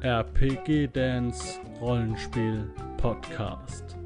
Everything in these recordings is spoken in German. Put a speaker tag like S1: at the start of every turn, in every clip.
S1: RPG Dance Rollenspiel Podcast.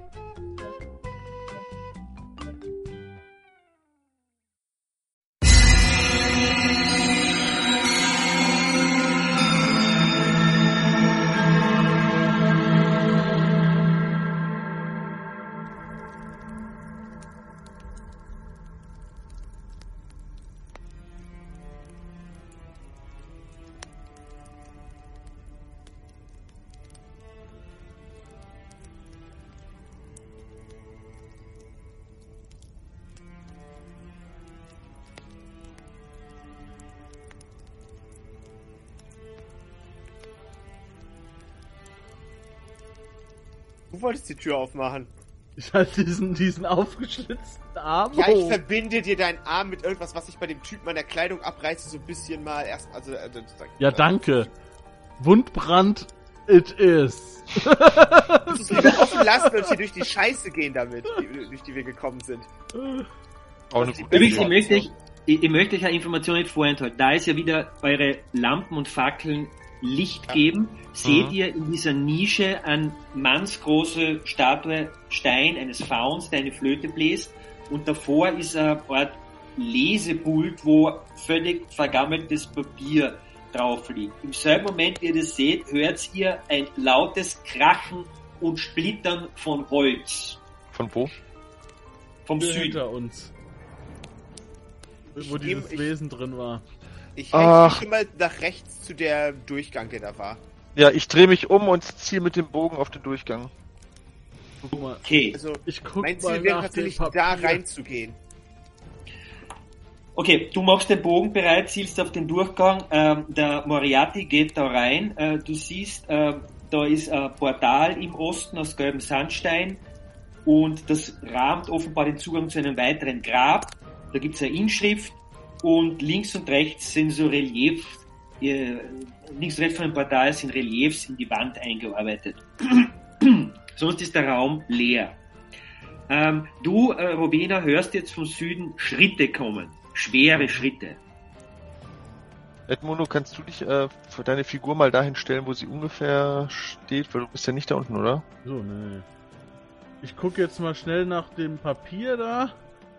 S2: Du wolltest die Tür aufmachen.
S1: Ich hatte diesen aufgeschlitzten Arm.
S2: Ja, ich verbinde dir deinen Arm mit irgendwas, was ich bei dem Typen meiner Kleidung abreiße, so ein bisschen mal erst.
S1: Ja, danke. Wundbrand, it is.
S2: Du musst es lieber offen lassen und hier durch die Scheiße gehen damit, durch die wir gekommen sind.
S3: Übrigens, ich möchte euch eine Information nicht vorenthalten. Da es ja wieder eure Lampen und Fackeln Licht geben, seht ihr in dieser Nische eine mannsgroße Statue Stein eines Fauns, der eine Flöte bläst, und davor ist eine Art Lesepult, wo völlig vergammeltes Papier drauf liegt. Im selben Moment, wie ihr das seht, hört ihr ein lautes Krachen und Splittern von Holz.
S4: Von wo?
S3: Vom Süden.
S1: Hinter uns. Wo dieses Wesen drin war.
S2: Ich hechte mal nach rechts zu der Durchgang, der da war.
S4: Ja, ich drehe mich um und ziele mit dem Bogen auf den Durchgang.
S1: Guck mal.
S3: Okay.
S2: Also,
S1: Ich guck
S2: mein
S1: mal
S2: Ziel wäre
S1: nach
S2: tatsächlich,
S1: dem Papier.
S2: da reinzugehen.
S3: Okay, du machst den Bogen bereit, zielst auf den Durchgang. Der Moriarty geht da rein. Du siehst, da ist ein Portal im Osten aus gelbem Sandstein und das rahmt offenbar den Zugang zu einem weiteren Grab. Da gibt's eine Inschrift und links und rechts sind so Reliefs. Links und rechts von dem Portal sind Reliefs in die Wand eingearbeitet. Sonst ist der Raum leer. Du, Rowena, hörst jetzt vom Süden Schritte kommen. Schwere Schritte.
S4: Edmundo, kannst du dich für deine Figur mal dahin stellen, wo sie ungefähr steht? Weil du bist ja nicht da unten, oder?
S1: So, nee. Ich gucke jetzt mal schnell nach dem Papier da.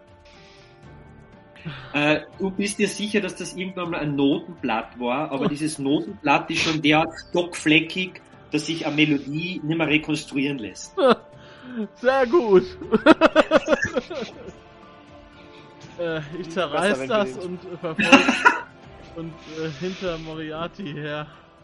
S3: Du bist dir sicher, dass das irgendwann mal ein Notenblatt war, aber dieses Notenblatt ist schon derart stockfleckig, dass sich eine Melodie nicht mehr rekonstruieren lässt.
S1: Sehr gut. Ich zerreiß das und verfolge und hinter Moriarty her.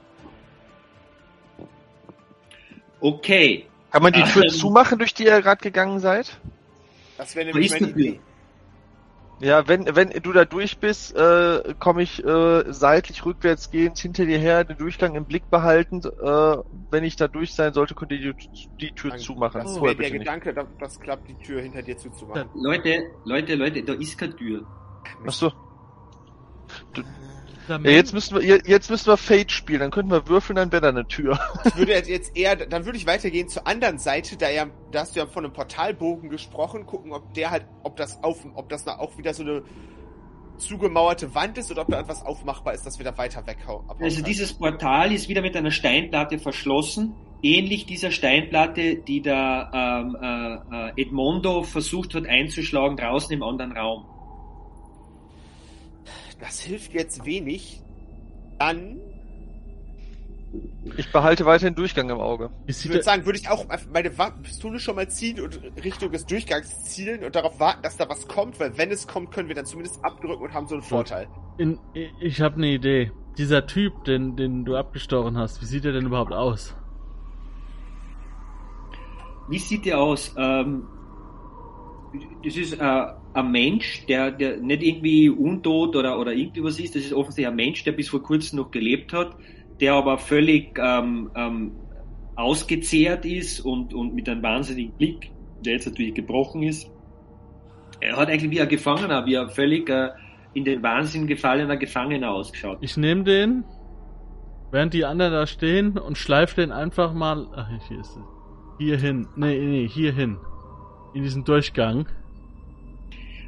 S3: Okay.
S4: Kann man die Tür zumachen, durch die ihr gerade gegangen seid?
S2: Das wäre nämlich meine Idee.
S4: Ja, wenn du da durch bist, komme ich seitlich rückwärts gehend hinter dir her, den Durchgang im Blick behaltend. Wenn ich da durch sein sollte, könnt ihr die Tür zumachen.
S2: Das wäre der Gedanke, dass das klappt, die Tür hinter dir zuzumachen.
S3: Leute, da ist keine Tür.
S4: Achso. Ja, jetzt müssen wir Fate spielen, dann könnten wir würfeln, dann wäre da eine Tür.
S2: Ich würde jetzt eher, dann würde ich weitergehen zur anderen Seite, da hast du ja von einem Portalbogen gesprochen, gucken, ob das auch wieder so eine zugemauerte Wand ist oder ob da etwas aufmachbar ist, dass wir da weiter weghauen.
S3: Also dieses Portal ist wieder mit einer Steinplatte verschlossen, ähnlich dieser Steinplatte, die der Edmondo versucht hat einzuschlagen draußen im anderen Raum.
S2: Das hilft jetzt wenig. Dann...
S4: Ich behalte weiter den Durchgang im Auge.
S2: Ich würde sagen, würde ich auch meine Pistole schon mal ziehen und Richtung des Durchgangs zielen und darauf warten, dass da was kommt, weil wenn es kommt, können wir dann zumindest abdrücken und haben so einen Vorteil.
S1: Ich habe eine Idee. Dieser Typ, den du abgestochen hast, wie sieht er denn überhaupt aus?
S3: Wie sieht der aus? Das ist ein Mensch, der nicht irgendwie untot oder irgendwie was ist. Das ist offensichtlich ein Mensch, der bis vor kurzem noch gelebt hat, der aber völlig ausgezehrt ist und mit einem wahnsinnigen Blick, der jetzt natürlich gebrochen ist. Er hat eigentlich wie ein Gefangener, wie ein völlig in den Wahnsinn gefallener Gefangener ausgeschaut.
S1: Ich nehme den, während die anderen da stehen, und schleife den einfach mal... Ach, hier ist es. Hier hin. Nee, hier hin. In diesen Durchgang.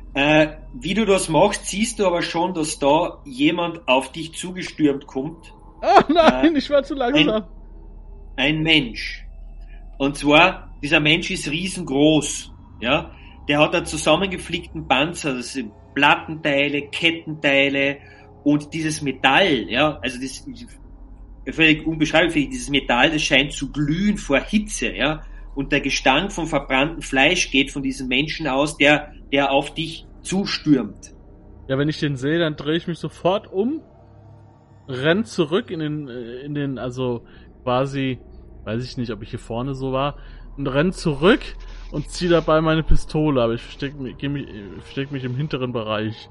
S3: Wie du das machst, siehst du aber schon, dass da jemand auf dich zugestürmt kommt
S1: Oh nein, ich war zu langsam.
S3: Ein Mensch. Und zwar, dieser Mensch ist riesengroß. Ja? Der hat einen zusammengeflickten Panzer, das sind Plattenteile, Kettenteile und dieses Metall, ja, also das völlig unbeschreiblich, dieses Metall, das scheint zu glühen vor Hitze, ja, und der Gestank vom verbrannten Fleisch geht von diesem Menschen aus, der auf dich zustürmt.
S1: Ja, wenn ich den sehe, dann drehe ich mich sofort um, renn zurück in den, also quasi, weiß ich nicht, ob ich hier vorne so war, und renn zurück und ziehe dabei meine Pistole, aber ich versteck mich im hinteren Bereich.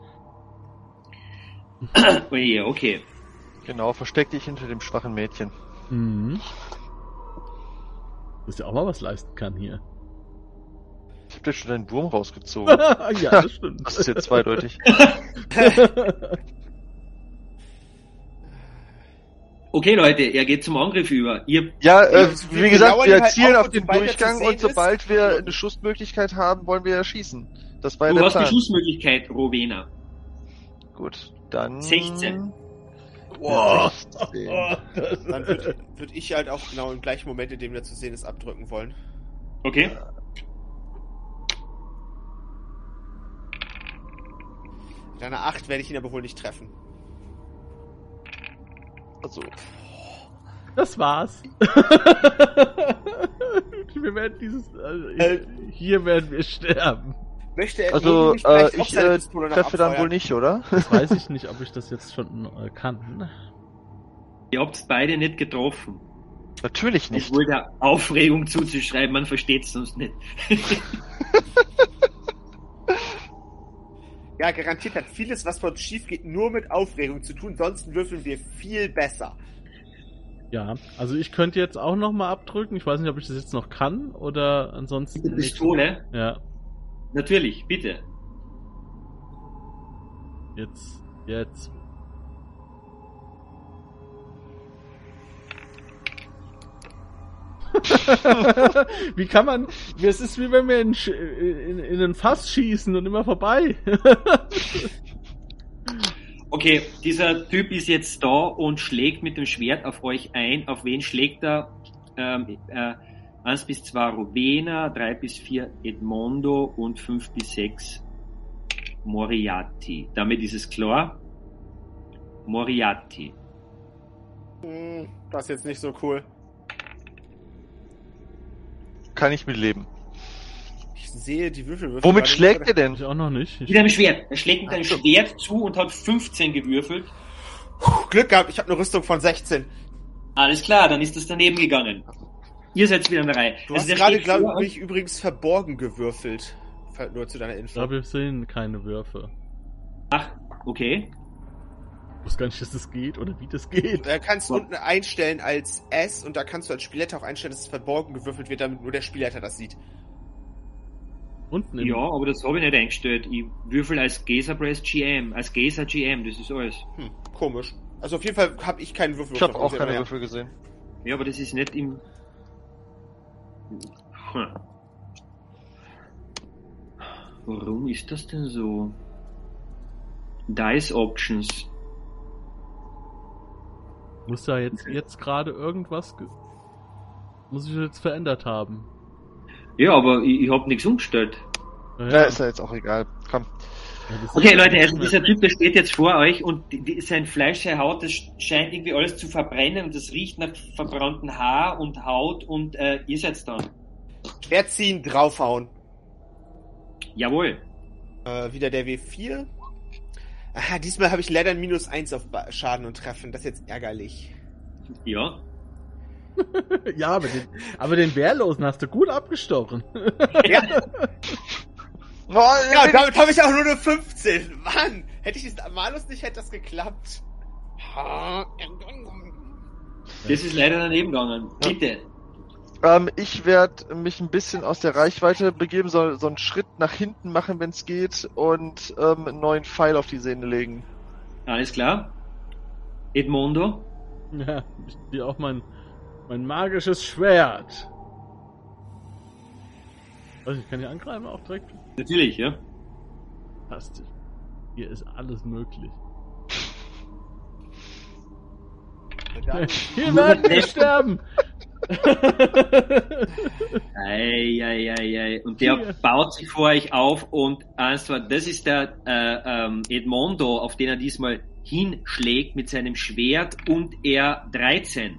S3: Oh je, okay.
S4: Genau, versteck dich hinter dem schwachen Mädchen.
S1: Mhm. Dass ja auch mal was leisten kann hier.
S4: Ich hab dir schon deinen Wurm rausgezogen.
S1: Ja, das stimmt.
S4: Das ist jetzt zweideutig.
S3: Okay, Leute, er geht zum Angriff über.
S4: Wie
S2: wir
S4: gesagt,
S2: lauern
S4: wir
S2: halt
S4: zielen
S2: auf,
S4: auf den
S2: sobald er
S4: Durchgang
S2: zu sehen
S4: und sobald wir eine Schussmöglichkeit haben, wollen wir ja schießen. Das war ja
S3: Du
S4: der
S3: hast
S4: Plan.
S3: die Schussmöglichkeit, Rowena.
S4: Gut, dann...
S3: 16.
S2: Wow.
S4: 16.
S2: Dann würde ich halt auch genau im gleichen Moment, in dem der zu sehen ist, abdrücken wollen.
S3: Okay.
S2: Mit einer 8 werde ich ihn aber wohl nicht treffen.
S4: Also,
S1: Das war's. Wir werden hier werden wir sterben.
S2: Möchte er
S4: also
S2: nicht vielleicht auch
S4: ich
S2: seine Pistole noch
S4: treffe dann
S2: abfeuern?
S4: wohl nicht, oder?
S1: Das weiß ich nicht, ob ich das jetzt schon kann.
S3: Ihr habt beide nicht getroffen.
S4: Natürlich nicht.
S3: Obwohl der Aufregung zuzuschreiben, man versteht es sonst nicht.
S2: Ja, garantiert hat vieles, was bei uns schief geht, nur mit Aufregung zu tun, sonst würfeln wir viel besser.
S1: Ja, also ich könnte jetzt auch nochmal abdrücken. Ich weiß nicht, ob ich das jetzt noch kann oder ansonsten...
S3: Mit der Pistole?
S1: Ja,
S3: Natürlich, bitte.
S1: jetzt. Wie kann man... Es ist wie wenn wir in ein Fass schießen und immer vorbei.
S3: Okay, dieser Typ ist jetzt da und schlägt mit dem Schwert auf euch ein. Auf wen schlägt er? 1 bis 2 Rowena, 3 bis 4 Edmondo und 5 bis 6 Moriarty. Damit ist es klar. Moriarty.
S2: Das ist jetzt nicht so cool.
S4: Kann ich mit leben.
S2: Ich sehe die Würfel.
S4: Womit schlägt er denn?
S1: Ich auch noch nicht.
S3: Mit einem Schwert. Er schlägt mit einem Schwert zu und hat 15 gewürfelt.
S2: Glück gehabt, ich habe eine Rüstung von 16.
S3: Alles klar, dann ist das daneben gegangen. Ihr seid wieder in der Reihe.
S2: Du hast
S3: der
S2: gerade,
S3: steht vor
S2: glaube
S3: euch.
S2: ich, übrigens verborgen gewürfelt. Nur zu deiner
S1: Ich
S2: Info.
S1: glaube, wir sehen keine Würfe.
S3: Ach, okay.
S1: Ich weiß gar nicht, dass das geht oder wie das geht.
S2: Da kannst du unten einstellen als S und da kannst du als Spielleiter auch einstellen, dass es verborgen gewürfelt wird, damit nur der Spielleiter das sieht.
S1: Unten im...
S3: Ja, aber das habe ich nicht eingestellt. Ich würfel als Gazer-Press GM, als Gazer GM, das ist alles.
S2: Komisch. Also auf jeden Fall habe ich keinen Würfel.
S4: Ich habe auch keine Würfel gesehen.
S3: Ja, aber das ist nicht im... Warum ist das denn so? Dice Options.
S1: Muss da jetzt gerade irgendwas... Muss ich jetzt verändert haben.
S3: Ja, aber ich habe nichts umgestellt.
S4: Ja, ist ja jetzt auch egal. Komm.
S1: Ja, das
S3: Okay,
S1: ist-
S3: Leute, also dieser Typ, der steht jetzt vor euch und sein Fleisch, seine Haut, das scheint irgendwie alles zu verbrennen und das riecht nach verbrannten Haar und Haut und ihr seid da.
S2: Querziehen, draufhauen.
S3: Jawohl.
S2: Wieder der W4. Aha, diesmal habe ich leider ein -1 auf Schaden und Treffen. Das ist jetzt ärgerlich.
S3: Ja.
S1: Ja, aber den Wehrlosen hast du gut abgestochen.
S2: Ja,
S4: Oh,
S2: ja damit habe ich auch nur eine 15. Mann, hätte ich diesen Malus nicht, hätte das geklappt.
S3: Das ist leider daneben gegangen. Bitte.
S4: ich werde mich ein bisschen aus der Reichweite begeben, so einen Schritt nach hinten machen, wenn es geht, und einen neuen Pfeil auf die Sehne legen.
S3: Alles klar. Edmondo.
S1: Ja, ich ziehe auch mein magisches Schwert. Was, ich kann hier angreifen auch direkt?
S3: Natürlich, ja.
S1: Fantastisch. Hier ist alles möglich. Hier werden wir sterben!
S3: Ei. Und der baut sich vor euch auf und das ist der Edmondo, auf den er diesmal hinschlägt mit seinem Schwert und er 13.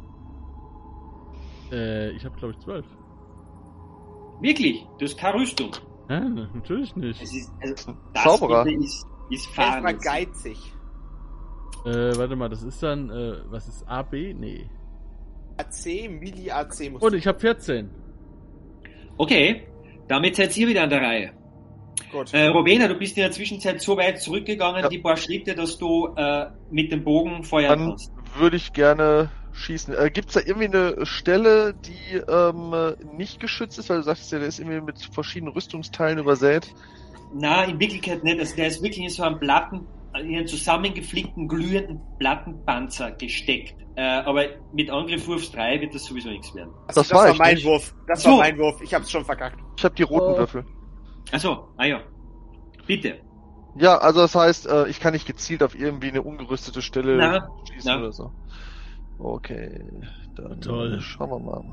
S1: Ich habe glaube ich 12.
S3: Wirklich? Du hast keine Rüstung.
S1: Ja, natürlich nicht.
S3: Das das
S4: Zauberer.
S3: ist
S2: Erstmal
S3: fahrlässig.
S2: geizig.
S1: Warte mal, das ist dann, was ist AB? Nee.
S2: AC, Mili AC muss.
S1: Und ich habe 14.
S3: Okay, damit seid ihr wieder an der Reihe.
S2: Gut.
S3: Rowena, du bist in der Zwischenzeit so weit zurückgegangen,
S4: Ja.
S3: die paar Schritte, dass du mit dem Bogen feuern
S4: Dann
S3: kannst.
S4: würde ich gerne schießen. Gibt's da irgendwie eine Stelle, die nicht geschützt ist? Weil du sagst ja, der ist irgendwie mit verschiedenen Rüstungsteilen übersät.
S3: Na, in Wirklichkeit nicht. Also der ist wirklich in so einem in einen zusammengeflickten, glühenden Plattenpanzer gesteckt. Aber mit Angriff Wurf 3 wird das sowieso nichts werden.
S2: Achso,
S4: das war
S2: war
S4: ich
S2: mein
S4: nicht.
S2: Wurf. Das
S3: So.
S2: war mein Wurf. Ich hab's schon verkackt.
S4: Ich habe die roten
S1: Oh.
S4: Würfel.
S3: Achso, ja. Bitte.
S4: Ja, also das heißt, ich kann nicht gezielt auf irgendwie eine ungerüstete Stelle
S3: Na,
S4: schießen
S3: na.
S4: oder so. Okay, dann
S1: Toll.
S4: schauen wir mal.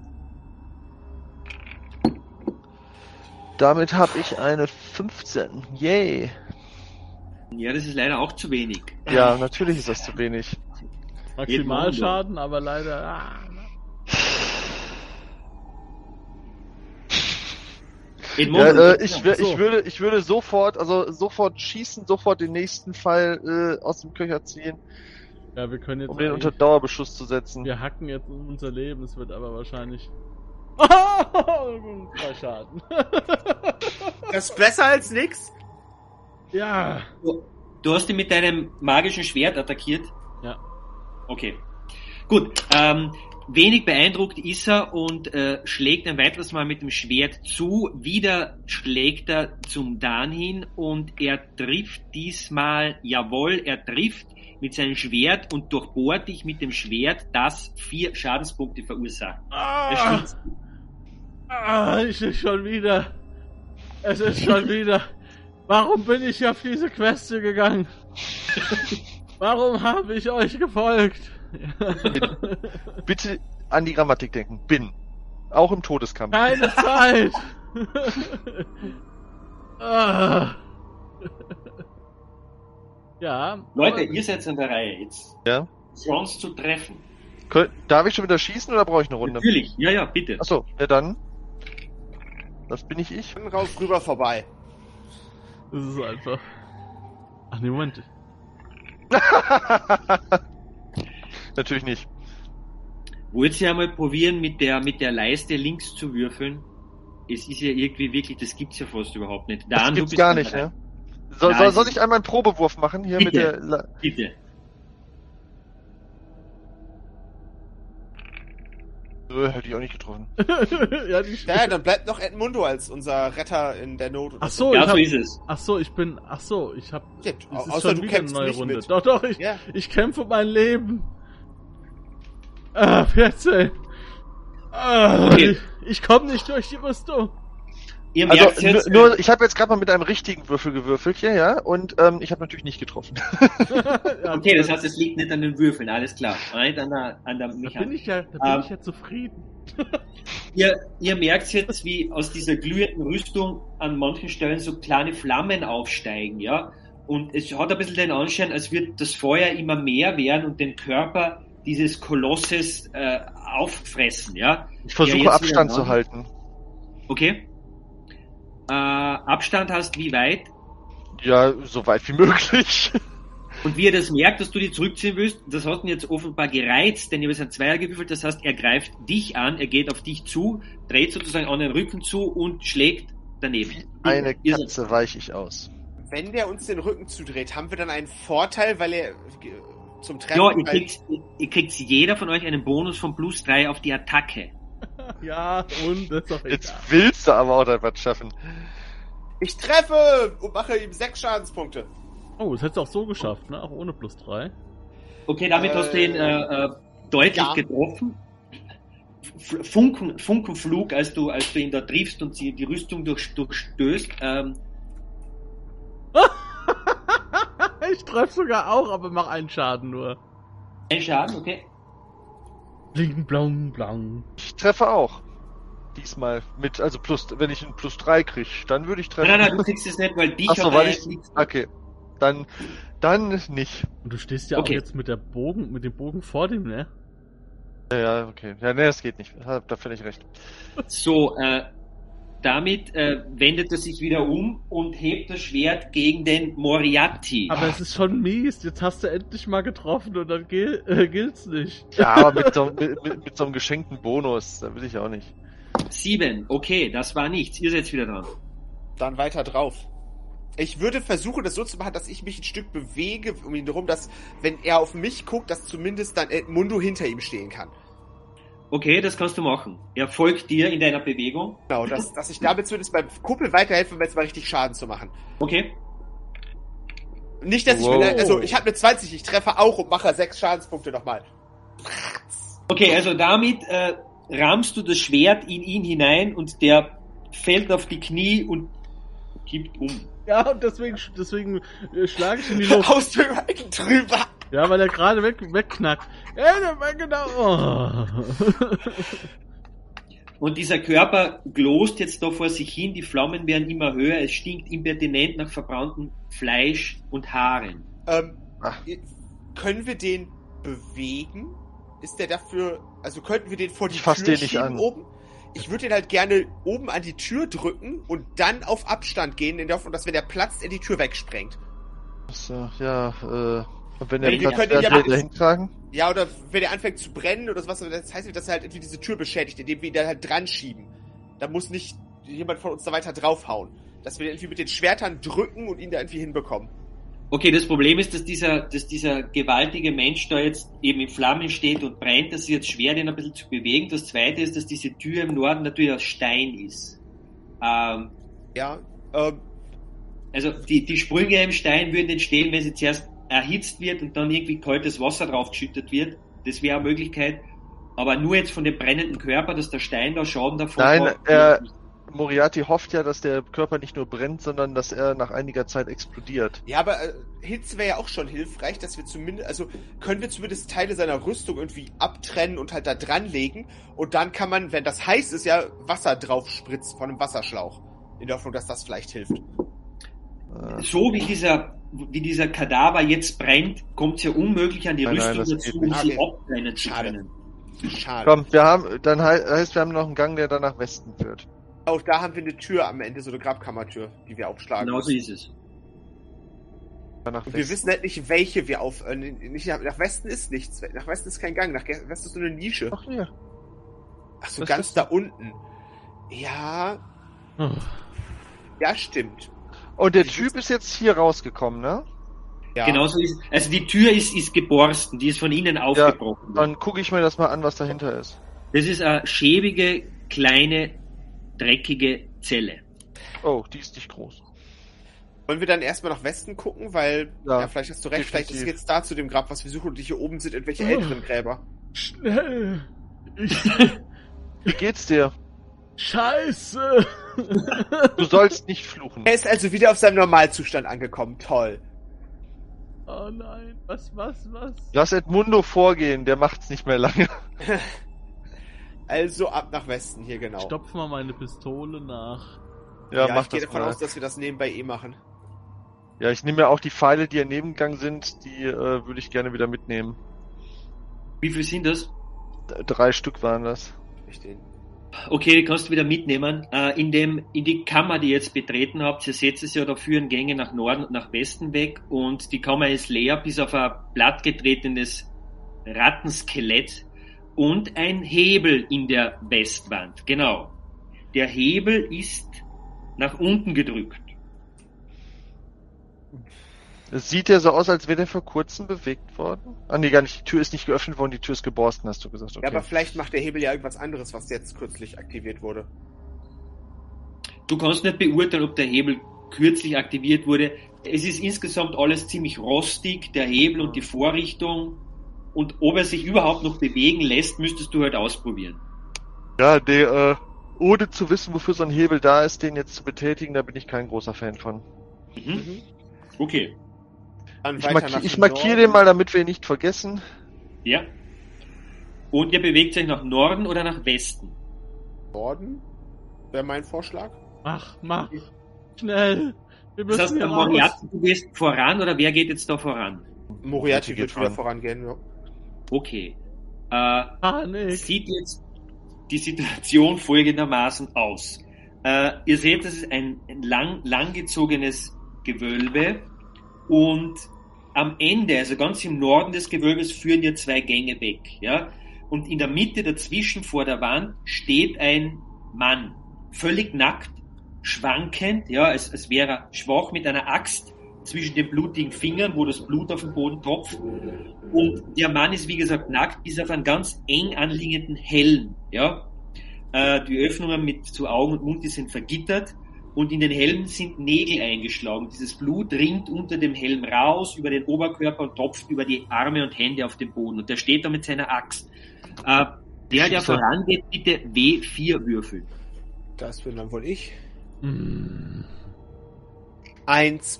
S4: Damit habe ich eine 15. Yay.
S3: Ja, das ist leider auch zu wenig.
S4: Ja, natürlich ist das zu wenig.
S1: Maximalschaden, aber leider.
S3: Edmundo,
S4: Ja,
S1: so.
S4: ich würde sofort schießen, sofort den nächsten Pfeil aus dem Köcher ziehen,
S1: Ja, wir können jetzt.
S4: um den
S1: eigentlich-
S4: unter Dauerbeschuss zu setzen.
S1: Wir hacken jetzt um unser Leben, es wird aber wahrscheinlich. 2 Schaden.
S2: Das ist besser als nix.
S1: Ja.
S3: du hast ihn mit deinem magischen Schwert attackiert?
S1: Ja.
S3: Okay. Gut. Wenig beeindruckt ist er und schlägt ein weiteres Mal mit dem Schwert zu. Wieder schlägt er zum Dan hin und er trifft diesmal, jawohl, er trifft mit seinem Schwert und durchbohrt dich mit dem Schwert, das 4 Schadenspunkte verursacht. Er schlägt
S1: Ich ist schon wieder. Es ist schon wieder. Warum bin ich auf diese Quest hier gegangen? Warum habe ich euch gefolgt?
S4: Bitte an die Grammatik denken. Bin. Auch im Todeskampf.
S1: Keine Zeit! Ah. Ja.
S3: Leute, ihr seid an der Reihe jetzt.
S4: Ja.
S3: Chance zu treffen.
S4: Darf ich schon wieder schießen oder brauche ich eine Runde?
S3: Natürlich, ja, bitte.
S4: Achso, ja dann. Das bin nicht ich.
S2: Dann raus rüber vorbei.
S1: Das ist einfach. Ach nee, Moment.
S4: Natürlich nicht.
S3: Wollt ihr einmal probieren, mit der Leiste links zu würfeln? Es ist ja irgendwie wirklich, das gibt's ja fast überhaupt nicht.
S4: Das
S3: Dan, du
S4: gibt's
S3: bist
S4: gar
S3: an der
S4: nicht,
S3: Reihe.
S4: ne? Soll
S3: Nein.
S4: ich einmal einen Probewurf machen hier mit
S3: Bitte.
S4: der...
S3: Bitte.
S4: Hätte ich auch nicht getroffen.
S1: Ja, die
S2: Ja, dann bleibt noch Edmundo als unser Retter in der Not.
S1: Ach so,
S3: Ja,
S1: ich
S3: so
S1: hab,
S3: ist es.
S1: ach so, ich bin, ach so, ich hab,
S2: Ja,
S1: es ist
S2: außer
S1: schon
S2: du
S1: wieder eine
S2: kämpfst
S1: neue
S2: nicht
S1: Runde.
S2: mit.
S1: Doch,
S2: Ja.
S1: ich kämpfe um mein Leben. 14.
S3: Okay.
S1: Ich komme nicht durch die Rüstung.
S3: Ihr merkt
S4: Also
S3: jetzt,
S4: nur, ich habe jetzt gerade mal mit einem richtigen Würfel gewürfelt hier, ja, und ich habe natürlich nicht getroffen.
S1: Ja,
S3: okay, das heißt, es liegt nicht an den Würfeln, alles klar. Nicht an der
S1: da bin
S3: Mechanik.
S1: ich ja zufrieden.
S3: Ihr merkt jetzt, wie aus dieser glühenden Rüstung an manchen Stellen so kleine Flammen aufsteigen, ja. Und es hat ein bisschen den Anschein, als würde das Feuer immer mehr werden und den Körper dieses Kolosses auffressen, ja.
S4: Ich
S3: Ja,
S4: versuche
S3: jetzt
S4: Abstand
S3: wieder
S4: zu
S3: dran.
S4: halten.
S3: Okay. Abstand hast wie weit?
S4: Ja, so weit wie möglich.
S3: Und wie er das merkt, dass du die zurückziehen willst, das hat ihn jetzt offenbar gereizt, denn ihr habt ein Zweier gewürfelt, das heißt, er greift dich an, er geht auf dich zu, dreht sozusagen an den Rücken zu und schlägt daneben.
S4: Wie eine
S3: Ihr-
S4: Katze weiche ich aus.
S2: Wenn der uns den Rücken zudreht, haben wir dann einen Vorteil, weil er zum Treffen...
S3: Ja, ihr kriegt jeder von euch einen Bonus von +3 auf die Attacke.
S1: Ja, und das ist doch egal.
S4: Jetzt willst du aber auch da was schaffen.
S2: Ich treffe und mache ihm 6 Schadenspunkte.
S1: Oh, das hättest du auch so geschafft, ne? Auch ohne +3.
S3: Okay, damit hast du ihn deutlich
S2: ja.
S3: getroffen. Funkenflug, als du ihn da triffst und die Rüstung durchstößt.
S1: Ich treffe sogar auch, aber mach einen Schaden nur.
S3: Ein Schaden, okay.
S1: Bling, blong, blong.
S4: Ich treffe auch. Diesmal mit, also wenn ich ein +3 kriege, dann würde ich treffen.
S3: Nein, du kriegst es nicht, weil dich
S4: Achso,
S3: hat
S4: weil
S3: er
S4: ich.
S3: nichts-
S4: Okay. Dann nicht.
S1: Und du stehst ja
S3: Okay.
S1: auch jetzt mit dem Bogen vor dem, ne?
S4: Ja, okay. Ja, ne, das geht nicht. Da völlig recht.
S3: So, damit wendet er sich wieder um und hebt das Schwert gegen den Moriarty.
S1: Aber es ist schon mies. Jetzt hast du endlich mal getroffen und dann gilt's nicht.
S4: Ja, aber mit so einem geschenkten Bonus, da will ich auch nicht.
S3: 7, okay, das war nichts. Ihr seid wieder dran.
S2: Dann weiter drauf. Ich würde versuchen, das so zu machen, dass ich mich ein Stück bewege um ihn herum, dass, wenn er auf mich guckt, dass zumindest dann Edmundo hinter ihm stehen kann.
S3: Okay, das kannst du machen. Er folgt dir in deiner Bewegung.
S2: Genau, dass ich damit zumindest beim Kuppel weiterhelfe, um jetzt mal richtig Schaden zu machen.
S3: Okay.
S2: Nicht, dass
S4: Wow.
S2: ich habe eine 20, ich treffe auch und mache 6 Schadenspunkte nochmal.
S3: Okay, also damit rammst du das Schwert in ihn hinein und der fällt auf die Knie und kippt um.
S1: Ja, und deswegen schlage ich in die Luft.
S2: Haust du über ihn drüber.
S1: Ja, weil er gerade wegknackt. Ja, genau. Oh.
S3: Und dieser Körper glost jetzt da vor sich hin, die Flammen werden immer höher, es stinkt impertinent nach verbranntem Fleisch und Haaren.
S4: Ach.
S2: Können wir den bewegen? Ist der dafür, also könnten wir den vor die
S4: Ich fass
S2: Tür
S4: den nicht
S2: schieben
S4: an.
S2: oben? Ich würde den halt gerne oben an die Tür drücken und dann auf Abstand gehen, in der Hoffnung, dass wenn der platzt, er die Tür wegsprengt.
S4: So, ja, und wenn
S3: Wir
S4: der Platz
S2: können
S4: bleibt,
S2: ja
S4: wird
S2: mal-
S4: er hintragen?
S2: Ja, oder wenn der anfängt zu brennen oder sowas, das heißt, dass er halt irgendwie diese Tür beschädigt, indem wir ihn da halt dran schieben. Da muss nicht jemand von uns da weiter draufhauen. Dass wir den irgendwie mit den Schwertern drücken und ihn da irgendwie hinbekommen.
S3: Okay, das Problem ist, dass dieser gewaltige Mensch da jetzt eben in Flammen steht und brennt. Das ist jetzt schwer, den ein bisschen zu bewegen. Das Zweite ist, dass diese Tür im Norden natürlich aus Stein ist.
S2: Ja,
S3: Also die Sprünge im Stein würden entstehen, wenn sie zuerst erhitzt wird und dann irgendwie kaltes Wasser draufgeschüttet wird. Das wäre eine Möglichkeit. Aber nur jetzt von dem brennenden Körper, dass der Stein da Schaden davon
S4: Nein,
S3: hat.
S4: Moriarty hofft ja, dass der Körper nicht nur brennt, sondern dass er nach einiger Zeit explodiert.
S2: ja, aber Hitze wäre ja auch schon hilfreich, dass wir zumindest, also können wir zumindest Teile seiner Rüstung irgendwie abtrennen und halt da dranlegen und dann kann man, wenn das heiß ist, ja Wasser drauf spritzen von einem Wasserschlauch. In der Hoffnung, dass das vielleicht hilft.
S3: So wie dieser Kadaver jetzt brennt, kommt es ja unmöglich an die
S4: Nein,
S3: Rüstung
S4: das
S3: dazu,
S4: geht
S3: um
S2: nicht.
S3: sie
S2: Okay.
S3: abbrennen zu
S2: Schade.
S3: können.
S2: Schade.
S4: Komm, heißt, wir haben noch einen Gang, der dann nach Westen führt.
S2: Auch da haben wir eine Tür am Ende, so eine Grabkammertür, die wir aufschlagen.
S3: Genau so ist es.
S4: Dann nach
S2: Und wir wissen halt nicht, welche wir nicht nach Westen ist nichts. Nach Westen ist kein Gang. Nach Westen ist so eine Nische.
S4: Ach hier.
S2: Ach so,
S4: das
S2: ganz
S4: ist-
S2: da unten. Ja,
S1: Oh.
S2: ja, stimmt.
S4: Und der Typ ist jetzt hier rausgekommen, ne?
S2: Ja.
S3: Genau so ist es. Also die Tür ist geborsten, die ist von innen aufgebrochen.
S4: Dann gucke ich mir das mal an, was dahinter ist.
S3: Das ist eine schäbige, kleine, dreckige Zelle.
S4: Oh, die ist nicht groß.
S2: Wollen wir dann erstmal nach Westen gucken, weil,
S4: Ja,
S2: ja, vielleicht hast du recht, vielleicht ist
S4: definitiv.
S2: jetzt da zu dem Grab, was wir suchen und hier oben sind irgendwelche
S1: Oh.
S2: älteren Gräber.
S1: Schnell.
S4: Wie geht's dir?
S1: Scheiße.
S4: Du sollst nicht fluchen.
S2: Er ist also wieder auf seinem Normalzustand angekommen. Toll.
S1: Oh nein. Was?
S4: Lass Edmundo vorgehen, der macht's nicht mehr lange.
S2: Also ab nach Westen, hier genau.
S1: Stopf mal meine Pistole nach.
S4: Ja, mach
S2: ich gehe
S4: das
S2: davon
S4: mal.
S2: aus, dass wir das nebenbei machen.
S4: Ja, ich nehme ja auch die Pfeile, die im Nebengang sind, die würde ich gerne wieder mitnehmen.
S3: Wie viel sind das?
S4: 3 Stück waren das.
S2: Ich den.
S3: Okay, kannst du wieder mitnehmen. In die Kammer, die ihr jetzt betreten habt, ihr seht es ja, da führen Gänge nach Norden und nach Westen weg und die Kammer ist leer, bis auf ein plattgetretenes Rattenskelett und ein Hebel in der Westwand. Genau. Der Hebel ist nach unten gedrückt.
S4: Es sieht ja so aus, als wäre der vor kurzem bewegt worden. Ah nee, gar nicht. Die Tür ist nicht geöffnet worden, die Tür ist geborsten, hast du gesagt. Okay.
S2: Ja, aber vielleicht macht der Hebel ja irgendwas anderes, was jetzt kürzlich aktiviert wurde.
S3: Du kannst nicht beurteilen, ob der Hebel kürzlich aktiviert wurde. Es ist insgesamt alles ziemlich rostig, der Hebel und die Vorrichtung. Und ob er sich überhaupt noch bewegen lässt, müsstest du halt ausprobieren.
S4: Ja, ohne zu wissen, wofür so ein Hebel da ist, den jetzt zu betätigen, da bin ich kein großer Fan von.
S3: Mhm. Okay.
S2: Dann
S4: Ich,
S2: weiter nach
S4: ich markiere den
S2: Norden.
S4: mal, damit wir ihn nicht vergessen.
S3: Ja. Und ihr bewegt euch nach Norden oder nach Westen?
S2: Norden wäre mein Vorschlag.
S1: Mach. Schnell. Wir
S3: Das heißt,
S1: müssen
S3: der
S1: hier raus.
S3: Moriarty, du gehst voran oder wer geht jetzt da voran?
S2: Moriarty
S4: geht
S2: wird wieder
S4: voran.
S2: vorangehen, ja.
S3: Okay.
S1: Panik.
S3: Sieht jetzt die Situation folgendermaßen aus. Ihr seht, das ist ein langgezogenes Gewölbe und am Ende, also ganz im Norden des Gewölbes, führen ja 2 Gänge weg. Ja? Und in der Mitte dazwischen vor der Wand steht ein Mann, völlig nackt, schwankend, ja, als wäre er schwach mit einer Axt zwischen den blutigen Fingern, wo das Blut auf den Boden tropft. Und der Mann ist, wie gesagt, nackt, bis auf einen ganz eng anliegenden Helm. Ja? Die Öffnungen mit zu Augen und Mund, die sind vergittert und in den Helm sind Nägel eingeschlagen. Dieses Blut rinnt unter dem Helm raus, über den Oberkörper und tropft über die Arme und Hände auf den Boden. Und der steht da mit seiner Axt. Der vorangeht, bitte W4 würfeln.
S2: Das bin dann wohl ich.
S1: Hm.
S2: 1.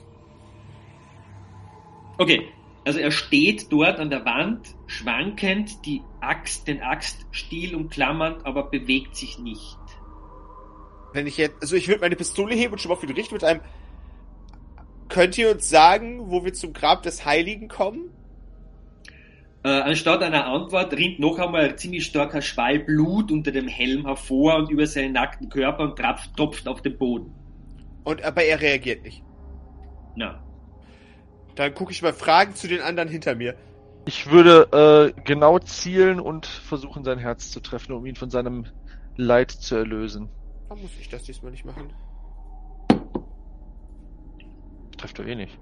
S3: Okay, also er steht dort an der Wand, schwankend, den Axtstiel umklammernd, aber bewegt sich nicht.
S2: Wenn ich jetzt, also ich würde meine Pistole heben und schon mal auf ihn richten mit einem. Könnt ihr uns sagen, wo wir zum Grab des Heiligen kommen?
S3: Anstatt einer Antwort rinnt noch einmal ein ziemlich starker Schwall Blut unter dem Helm hervor und über seinen nackten Körper und tropft auf den Boden.
S2: Aber er reagiert nicht.
S3: Na.
S2: Dann gucke ich mal Fragen zu den anderen hinter mir.
S4: Ich würde genau zielen und versuchen, sein Herz zu treffen, um ihn von seinem Leid zu erlösen.
S2: Warum muss ich das diesmal nicht machen?
S4: Trifft doch eh nicht.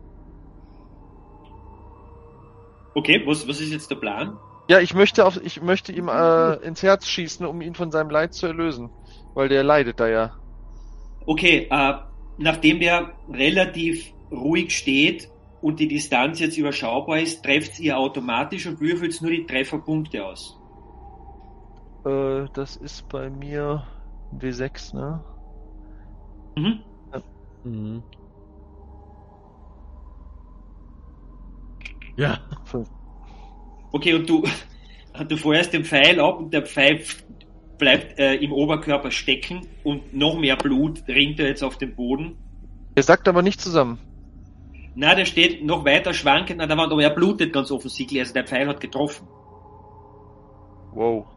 S3: Okay, was ist jetzt der Plan?
S4: Ja, ich möchte ihm ins Herz schießen, um ihn von seinem Leid zu erlösen. Weil der leidet da ja.
S3: Okay, nachdem der relativ ruhig steht und die Distanz jetzt überschaubar ist, trefft ihr automatisch und würfelt nur die Trefferpunkte aus.
S4: Das ist bei mir W6, ne?
S3: Mhm.
S1: Mhm. Ja.
S4: 5.
S3: Okay, und du feuerst den Pfeil ab und der Pfeil bleibt im Oberkörper stecken und noch mehr Blut rinnt er jetzt auf den Boden.
S4: Er sagt aber nicht zusammen.
S3: Na, der steht noch weiter schwankend an der Wand, aber er blutet ganz offensichtlich, also der Pfeil hat getroffen.
S4: Wow.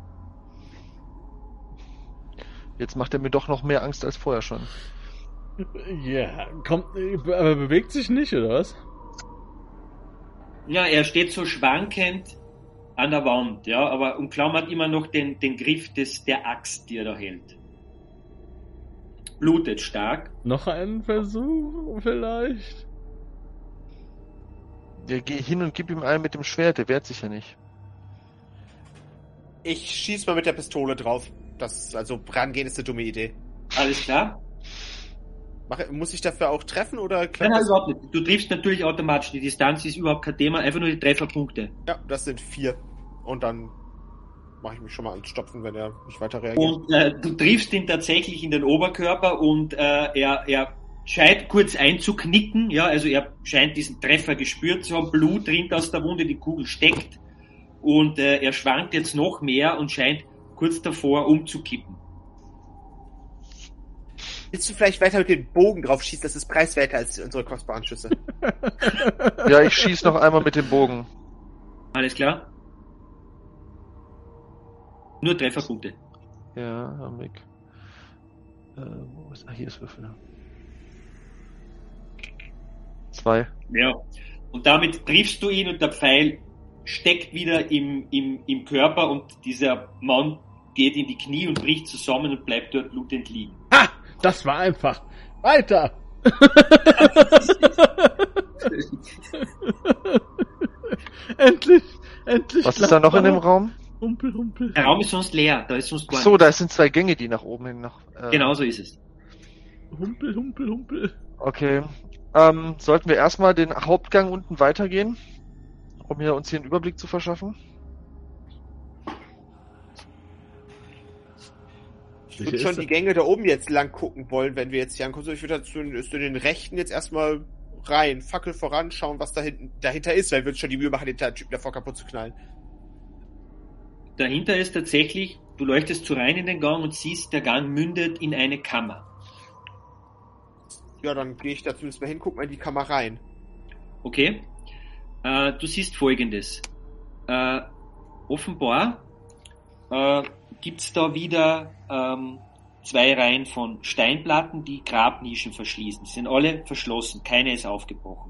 S4: Jetzt macht er mir doch noch mehr Angst als vorher schon.
S1: Ja, aber bewegt sich nicht, oder was?
S3: Ja, er steht so schwankend an der Wand, ja, aber umklammert immer noch den Griff der Axt, die er da hält. Blutet stark.
S1: Noch einen Versuch, vielleicht?
S4: Ja, geh hin und gib ihm einen mit dem Schwert, der wehrt sich ja nicht.
S2: Ich schieß mal mit der Pistole drauf. Also rangehen ist eine dumme Idee.
S3: Alles klar?
S2: Muss ich dafür auch treffen oder
S3: Nein, überhaupt nicht. Du triffst natürlich automatisch. Die Distanz ist überhaupt kein Thema, einfach nur die Trefferpunkte.
S2: Ja, das sind 4. Und dann mache ich mich schon mal ans Stopfen, wenn er nicht weiter reagiert.
S3: Und du triffst ihn tatsächlich in den Oberkörper und er scheint kurz einzuknicken, ja, also er scheint diesen Treffer gespürt zu haben, Blut rinnt aus der Wunde, die Kugel steckt und er schwankt jetzt noch mehr und scheint kurz davor umzukippen.
S2: Willst du vielleicht weiter mit dem Bogen drauf schießen? Das ist preiswerter als unsere kostbaren Schüsse.
S4: Ja, ich schieß noch einmal mit dem Bogen.
S3: Alles klar? Nur Trefferpunkte.
S4: Ja, Hamik. Wo ist... hier ist Würfel. 2.
S3: Ja. Und damit triffst du ihn und der Pfeil steckt wieder im Körper und dieser Mann geht in die Knie und bricht zusammen und bleibt dort blutend liegen.
S1: Ha! Das war einfach. Weiter! Endlich!
S4: Was ist da noch in dem Raum?
S1: Humpel.
S3: Der Raum ist sonst leer, da ist sonst gar
S4: So,
S3: nichts.
S4: da sind 2 Gänge, die nach oben hin noch...
S3: Genau so ist es.
S1: Humpel.
S4: Okay. Sollten wir erstmal den Hauptgang unten weitergehen, um uns hier einen Überblick zu verschaffen?
S2: Ich würde schon die Gänge da oben jetzt lang gucken wollen, wenn wir jetzt hier ankommen. Ich würde dazu den rechten jetzt erstmal rein, Fackel voran, schauen, was dahinter ist, weil wir uns schon die Mühe machen, den Typen davor kaputt zu knallen.
S3: dahinter ist tatsächlich, du leuchtest so rein in den Gang und siehst, der Gang mündet in eine Kammer.
S2: Ja, dann gehe ich da zumindest mal hin, guck mal in die Kammer rein.
S3: Okay? Du siehst Folgendes. Offenbar gibt's da wieder 2 Reihen von Steinplatten, die Grabnischen verschließen. Die sind alle verschlossen, keine ist aufgebrochen.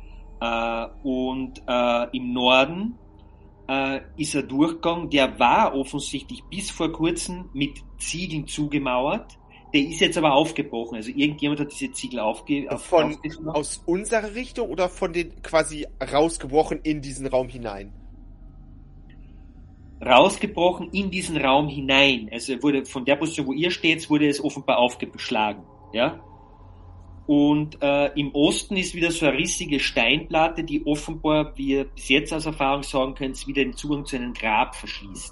S3: Und im Norden ist ein Durchgang, der war offensichtlich bis vor kurzem mit Ziegeln zugemauert. Der ist jetzt aber aufgebrochen. Also irgendjemand hat diese Ziegel aufgebrochen.
S2: Aus unserer Richtung oder von den quasi rausgebrochen in diesen Raum hinein?
S3: Rausgebrochen in diesen Raum hinein. Also wurde von der Position, wo ihr steht, wurde es offenbar aufgeschlagen. Ja? Und im Osten ist wieder so eine rissige Steinplatte, die offenbar, wie ihr bis jetzt aus Erfahrung sagen könnt, wieder den Zugang zu einem Grab verschließt.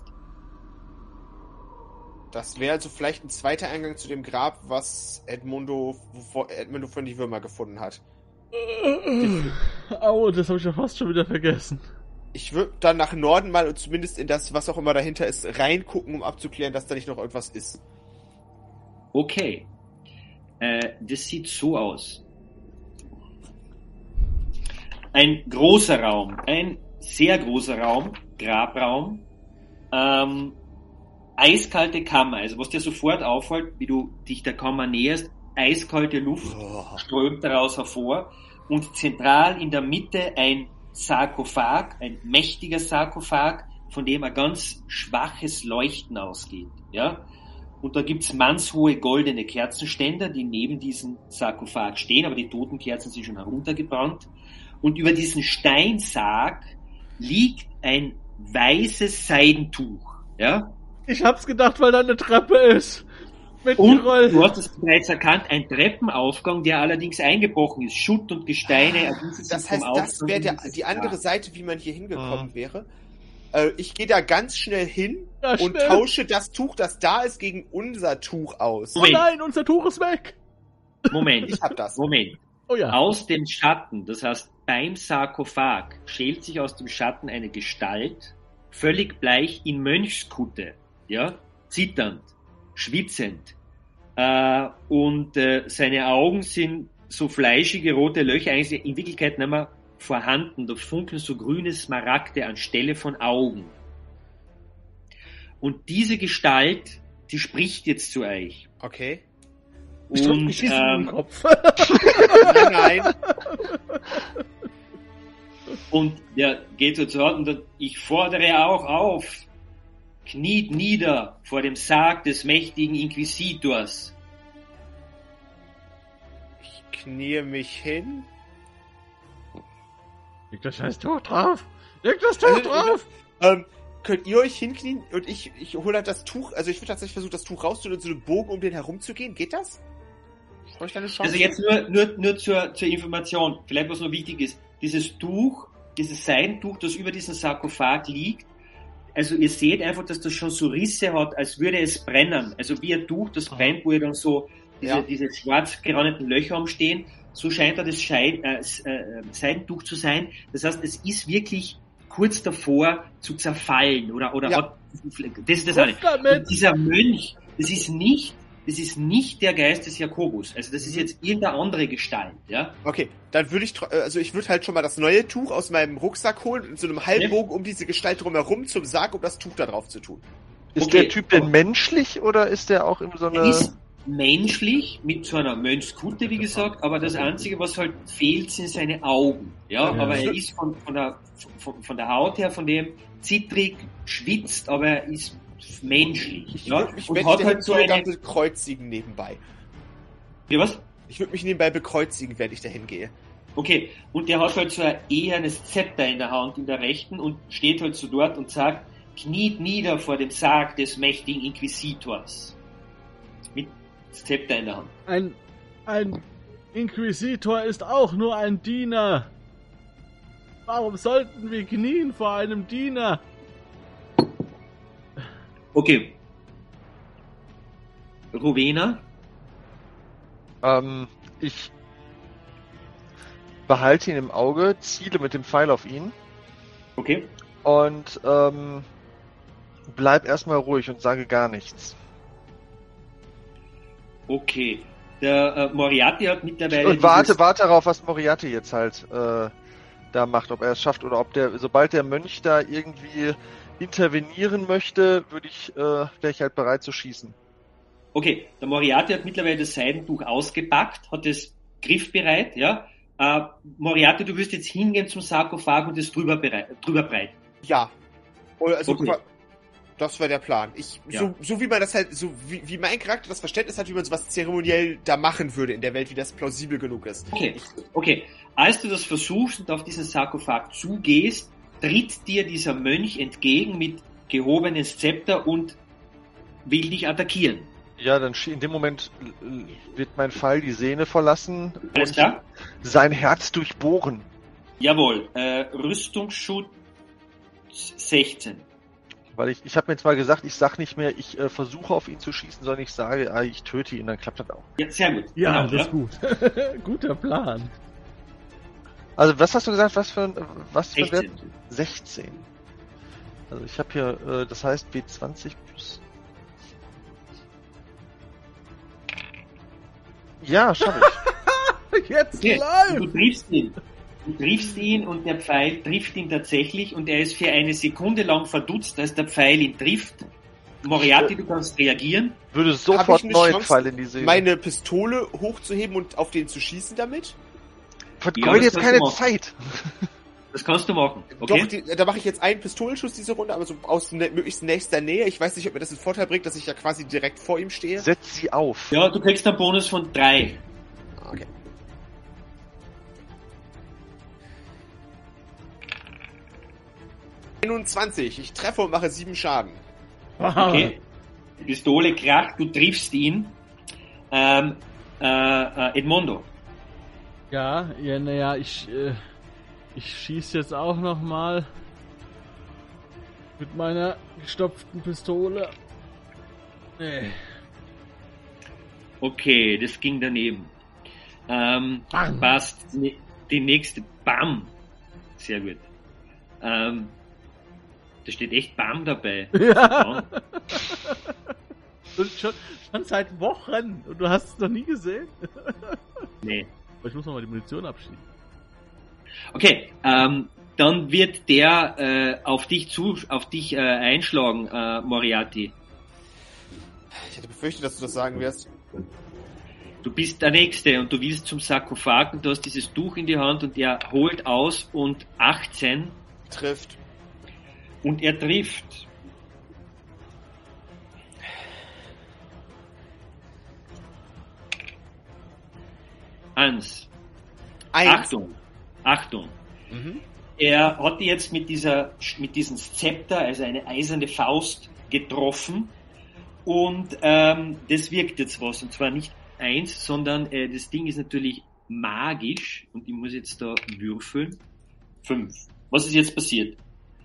S2: Das wäre also vielleicht ein zweiter Eingang zu dem Grab, was Edmundo von die Würmer gefunden hat.
S1: Au, das habe ich ja fast schon wieder vergessen.
S2: Ich würde dann nach Norden mal und zumindest in das, was auch immer dahinter ist, reingucken, um abzuklären, dass da nicht noch irgendwas ist.
S3: Okay. Das sieht so aus. Ein großer Raum, ein sehr großer Raum, Grabraum, eiskalte Kammer, also was dir sofort auffällt, wie du dich der Kammer näherst, eiskalte Luft strömt daraus hervor und zentral in der Mitte ein Sarkophag, ein mächtiger Sarkophag, von dem ein ganz schwaches Leuchten ausgeht, ja. Und da gibt's mannshohe goldene Kerzenständer, die neben diesem Sarkophag stehen, aber die Totenkerzen sind schon heruntergebrannt. Und über diesen Steinsarg liegt ein weißes Seidentuch, ja.
S1: Ich hab's gedacht, weil da eine Treppe ist.
S3: Und du hast es bereits erkannt, ein Treppenaufgang, der allerdings eingebrochen ist. Schutt und Gesteine.
S2: Das heißt, das wäre die andere Seite, wie man hier hingekommen wäre. Ich gehe da ganz schnell hin und tausche das Tuch, das da ist, gegen unser Tuch aus.
S1: Moment. Oh nein, unser Tuch ist weg.
S3: Moment.
S2: Ich hab das.
S3: Moment.
S1: Oh ja.
S3: Aus dem Schatten, das heißt beim Sarkophag, schält sich aus dem Schatten eine Gestalt, völlig bleich in Mönchskutte, ja, zitternd, schwitzend, und seine Augen sind so fleischige rote Löcher, eigentlich in Wirklichkeit nicht mehr vorhanden, da funkeln so grüne Smaragde anstelle von Augen. Und diese Gestalt, die spricht jetzt zu euch.
S2: Okay.
S1: Und ich im Kopf.
S2: Nein.
S3: Und der geht so zu Hause und sagt, ich fordere auch auf, kniet nieder vor dem Sarg des mächtigen Inquisitors.
S2: Ich knie mich hin.
S1: Leg das scheiß Tuch drauf! Leg das Tuch drauf!
S2: Könnt ihr euch hinknien und ich hole halt das Tuch, also ich würde tatsächlich versuchen, das Tuch rauszuholen und so einen Bogen um den herum zu gehen. Geht das? Brauche ich da eine Chance?
S3: Also jetzt nur zur Information, vielleicht was noch wichtig ist, dieses Tuch, dieses Seidentuch, das über diesem Sarkophag liegt, also ihr seht einfach, dass das schon so Risse hat, als würde es brennen. Also wie ein Tuch, das brennt, wo ihr dann so diese schwarz gerandeten Löcher umstehen, so scheint da das Seidentuch zu sein. Das heißt, es ist wirklich kurz davor zu zerfallen oder hat, das ist das eine. Und dieser Mönch, das ist nicht der Geist des Jakobus. Also das ist jetzt irgendeine andere Gestalt, ja.
S2: Okay, dann würde ich würde halt schon mal das neue Tuch aus meinem Rucksack holen und in so einem Halbbogen um diese Gestalt drumherum zum Sarg, um das Tuch da drauf zu tun.
S4: Ist der Typ denn menschlich oder ist der auch in so einer...
S3: Er ist menschlich, mit so einer Mönchskutte, wie gesagt, aber das Einzige, was halt fehlt, sind seine Augen. Ja, aber er ist von der Haut her, von dem zittrig, schwitzt, aber er ist menschlich.
S2: Ich
S3: ja?
S2: würde mich halt so bekreuzigen nebenbei.
S3: Wie was?
S2: Ich würde mich nebenbei bekreuzigen, während ich dahin gehe.
S3: Okay, und der hat halt so ein ehernes Zepter in der Hand, in der rechten, und steht halt so dort und sagt, kniet nieder vor dem Sarg des mächtigen Inquisitors. Mit Zepter in der Hand.
S1: Ein Inquisitor ist auch nur ein Diener. Warum sollten wir knien vor einem Diener?
S3: Okay. Rowena?
S4: Ich behalte ihn im Auge, ziele mit dem Pfeil auf ihn.
S3: Okay.
S4: Und bleib erstmal ruhig und sage gar nichts.
S3: Okay. Der Moriarty hat mittlerweile.
S4: Und warte darauf, was Moriarty jetzt halt da macht, ob er es schafft oder ob sobald der Mönch da irgendwie intervenieren möchte, wäre ich halt bereit zu schießen.
S3: Okay, der Moriarty hat mittlerweile das Seidentuch ausgepackt, hat es griffbereit, ja. Moriarty, du wirst jetzt hingehen zum Sarkophag und es drüber breiten.
S2: Ja. Oder also
S3: Okay.
S2: Das war der Plan.
S3: Ja.
S2: So wie man das halt, so wie mein Charakter das Verständnis hat, wie man sowas zeremoniell da machen würde in der Welt, wie das plausibel genug ist.
S3: Okay. Als du das versuchst und auf diesen Sarkophag zugehst, tritt dir dieser Mönch entgegen mit gehobenem Zepter und will dich attackieren.
S4: Ja, dann in dem Moment wird mein Pfeil die Sehne verlassen
S3: Alles
S4: und
S3: klar?
S4: sein Herz durchbohren.
S3: Jawohl. Rüstungsschutz 16.
S4: Weil ich habe mir zwar gesagt, ich sag nicht mehr, ich versuche auf ihn zu schießen, sondern ich sage, ich töte ihn, dann klappt das auch.
S3: Ja, sehr gut.
S1: Ja,
S3: Genau,
S1: das ist gut. Guter Plan.
S4: Also was hast du gesagt, was für ein
S3: 16.
S4: Wert? 16. Also ich habe hier, das heißt W20 plus... Ja, schaffe ich.
S1: Jetzt
S3: Okay.
S1: live!
S3: Du triffst ihn. Du triffst ihn und der Pfeil trifft ihn tatsächlich und er ist für eine Sekunde lang verdutzt, als der Pfeil ihn trifft. Moriarty, du kannst reagieren.
S4: Würde
S2: Hab ich
S4: sofort
S2: eine
S4: neuen
S2: Chance,
S4: Pfeil in die Sehne.
S2: meine Pistole hochzuheben und auf den zu schießen damit?
S4: Vergeude
S3: das
S4: jetzt
S3: kannst
S4: keine
S3: du machen.
S4: Zeit.
S3: Das kannst du machen. Okay?
S2: Doch, da mache ich jetzt einen Pistolenschuss diese Runde, aber so aus möglichst nächster Nähe. Ich weiß nicht, ob mir das einen Vorteil bringt, dass ich ja quasi direkt vor ihm stehe.
S4: Setz sie auf.
S3: Ja, du kriegst einen Bonus von 3.
S2: Okay. Ich treffe und mache 7 Schaden.
S3: Okay. Die Pistole kracht, du triffst ihn. Edmondo.
S1: Ja, naja, ich schieße jetzt auch nochmal mit meiner gestopften Pistole. Nee.
S3: Okay, das ging daneben.
S1: Bam.
S3: Passt. Die nächste. Bam. Sehr gut. Da steht echt Bam dabei.
S1: Ja. Und schon seit Wochen. Und du hast es noch nie gesehen?
S3: Nee.
S1: Aber ich muss noch mal die Munition abschieben.
S3: Okay, dann wird der auf dich einschlagen, Moriarty.
S2: Ich hätte befürchtet, dass du das sagen wirst.
S3: Du bist der Nächste und du willst zum Sarkophag und du hast dieses Tuch in die Hand und er holt aus und 18
S2: Trifft.
S3: und er trifft. Eins. Achtung.
S2: Mhm.
S3: Er hat jetzt mit diesem Zepter, also eine eiserne Faust, getroffen und das wirkt jetzt was. Und zwar nicht 1, sondern das Ding ist natürlich magisch und ich muss jetzt da würfeln. 5. Was ist jetzt passiert?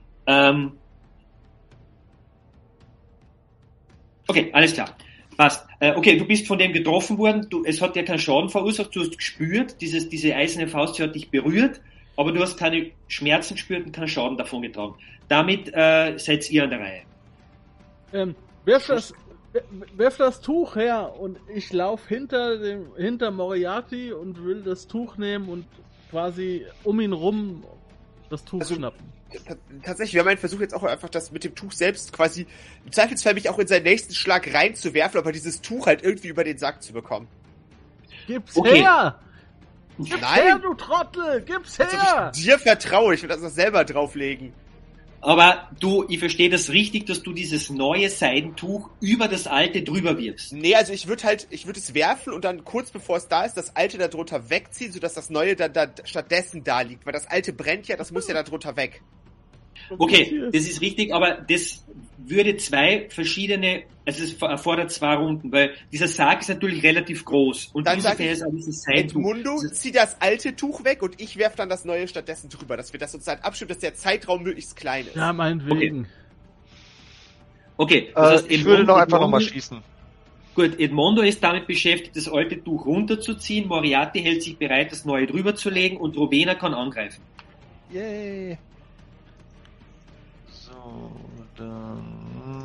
S3: Okay, alles klar. Passt. Okay, du bist von dem getroffen worden. Es hat dir keinen Schaden verursacht. Du hast gespürt, diese eiserne Faust, die hat dich berührt, aber du hast keine Schmerzen gespürt und keinen Schaden davon getragen. Damit seid ihr an der Reihe.
S1: Wirf das Tuch her und ich laufe hinter Moriarty und will das Tuch nehmen und quasi um ihn rum das Tuch schnappen.
S2: Tatsächlich, wir haben einen Versuch jetzt auch einfach, das mit dem Tuch selbst quasi im Zweifelsfall mich auch in seinen nächsten Schlag reinzuwerfen, aber dieses Tuch halt irgendwie über den Sack zu bekommen.
S1: Gib's
S3: Okay.
S1: her! Gib's
S2: Nein!
S1: her, du Trottel! Gib's
S2: Als
S1: her!
S2: ob ich dir vertraue, ich will das noch selber drauflegen.
S3: Aber ich verstehe das richtig, dass du dieses neue Seidentuch über das alte drüber wirfst.
S2: Nee, also ich würde es werfen und dann kurz bevor es da ist, das alte da drunter wegziehen, sodass das neue da stattdessen da liegt, weil das alte brennt ja, das muss ja da drunter weg.
S3: Okay, das ist richtig, aber das würde also es erfordert 2 Runden, weil dieser Sarg ist natürlich relativ groß und
S2: Dann sag
S3: insofern
S2: ich,
S3: ist auch dieses Seidentuch.
S2: Edmundo, zieh das alte Tuch weg und ich werfe dann das neue stattdessen drüber, dass wir das sozusagen abstimmen, dass der Zeitraum möglichst klein ist.
S1: Ja, meinetwegen.
S3: Okay, das heißt,
S4: Ich würde noch einfach nochmal schießen.
S3: Gut, Edmondo ist damit beschäftigt, das alte Tuch runterzuziehen, Moriarty hält sich bereit, das neue drüber zu legen und Rowena kann angreifen.
S4: Yay. So, dann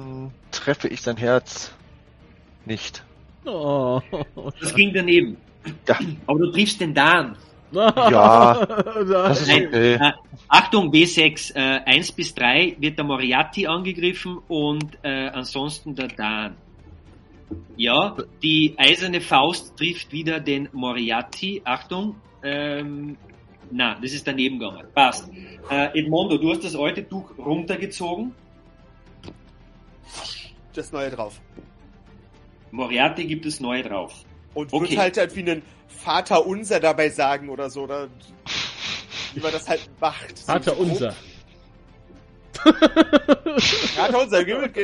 S4: treffe ich sein Herz nicht.
S1: Oh.
S3: Das ging daneben.
S4: Ja.
S3: Aber du triffst den Dan.
S4: Ja, das ist
S3: Nein,
S4: okay.
S3: Achtung, B6, 1 bis 3 wird der Moriarty angegriffen und ansonsten der Dan. Ja, die eiserne Faust trifft wieder den Moriarty. Achtung, na, das ist daneben gegangen. Passt. Edmondo, du hast das alte Tuch runtergezogen.
S2: Das neue drauf.
S3: Moriarty gibt es neu drauf.
S2: Und
S3: Okay.
S2: wird halt wie einen Vaterunser dabei sagen oder so, oder wie man das halt macht. So
S1: Vater
S2: grob.
S1: unser.
S2: Vaterunser,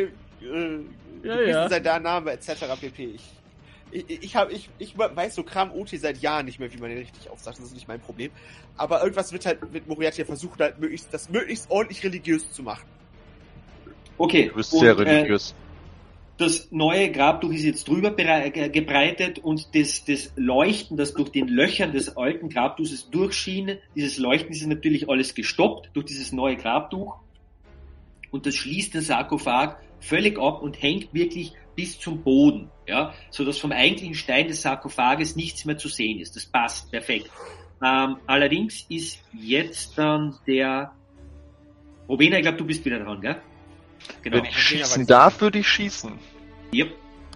S1: Ja.
S2: sein Name, etc. pp. Ich weiß so Kram OT seit Jahren nicht mehr, wie man den richtig aufsagt, das ist nicht mein Problem. Aber irgendwas wird halt mit Moriarty versucht, halt das möglichst ordentlich religiös zu machen.
S3: Okay.
S4: Du bist sehr
S3: und,
S4: religiös.
S3: Das neue Grabtuch ist jetzt drüber gebreitet und das Leuchten, das durch den Löchern des alten Grabtuches durchschien, dieses Leuchten ist natürlich alles gestoppt durch dieses neue Grabtuch und das schließt den Sarkophag völlig ab und hängt wirklich bis zum Boden, ja, so dass vom eigentlichen Stein des Sarkophages nichts mehr zu sehen ist. Das passt perfekt. Allerdings ist jetzt dann der Rowena, ich glaube, du bist wieder dran, gell? Genau.
S4: Wenn ich schießen darf, würde ich schießen.
S3: Yep.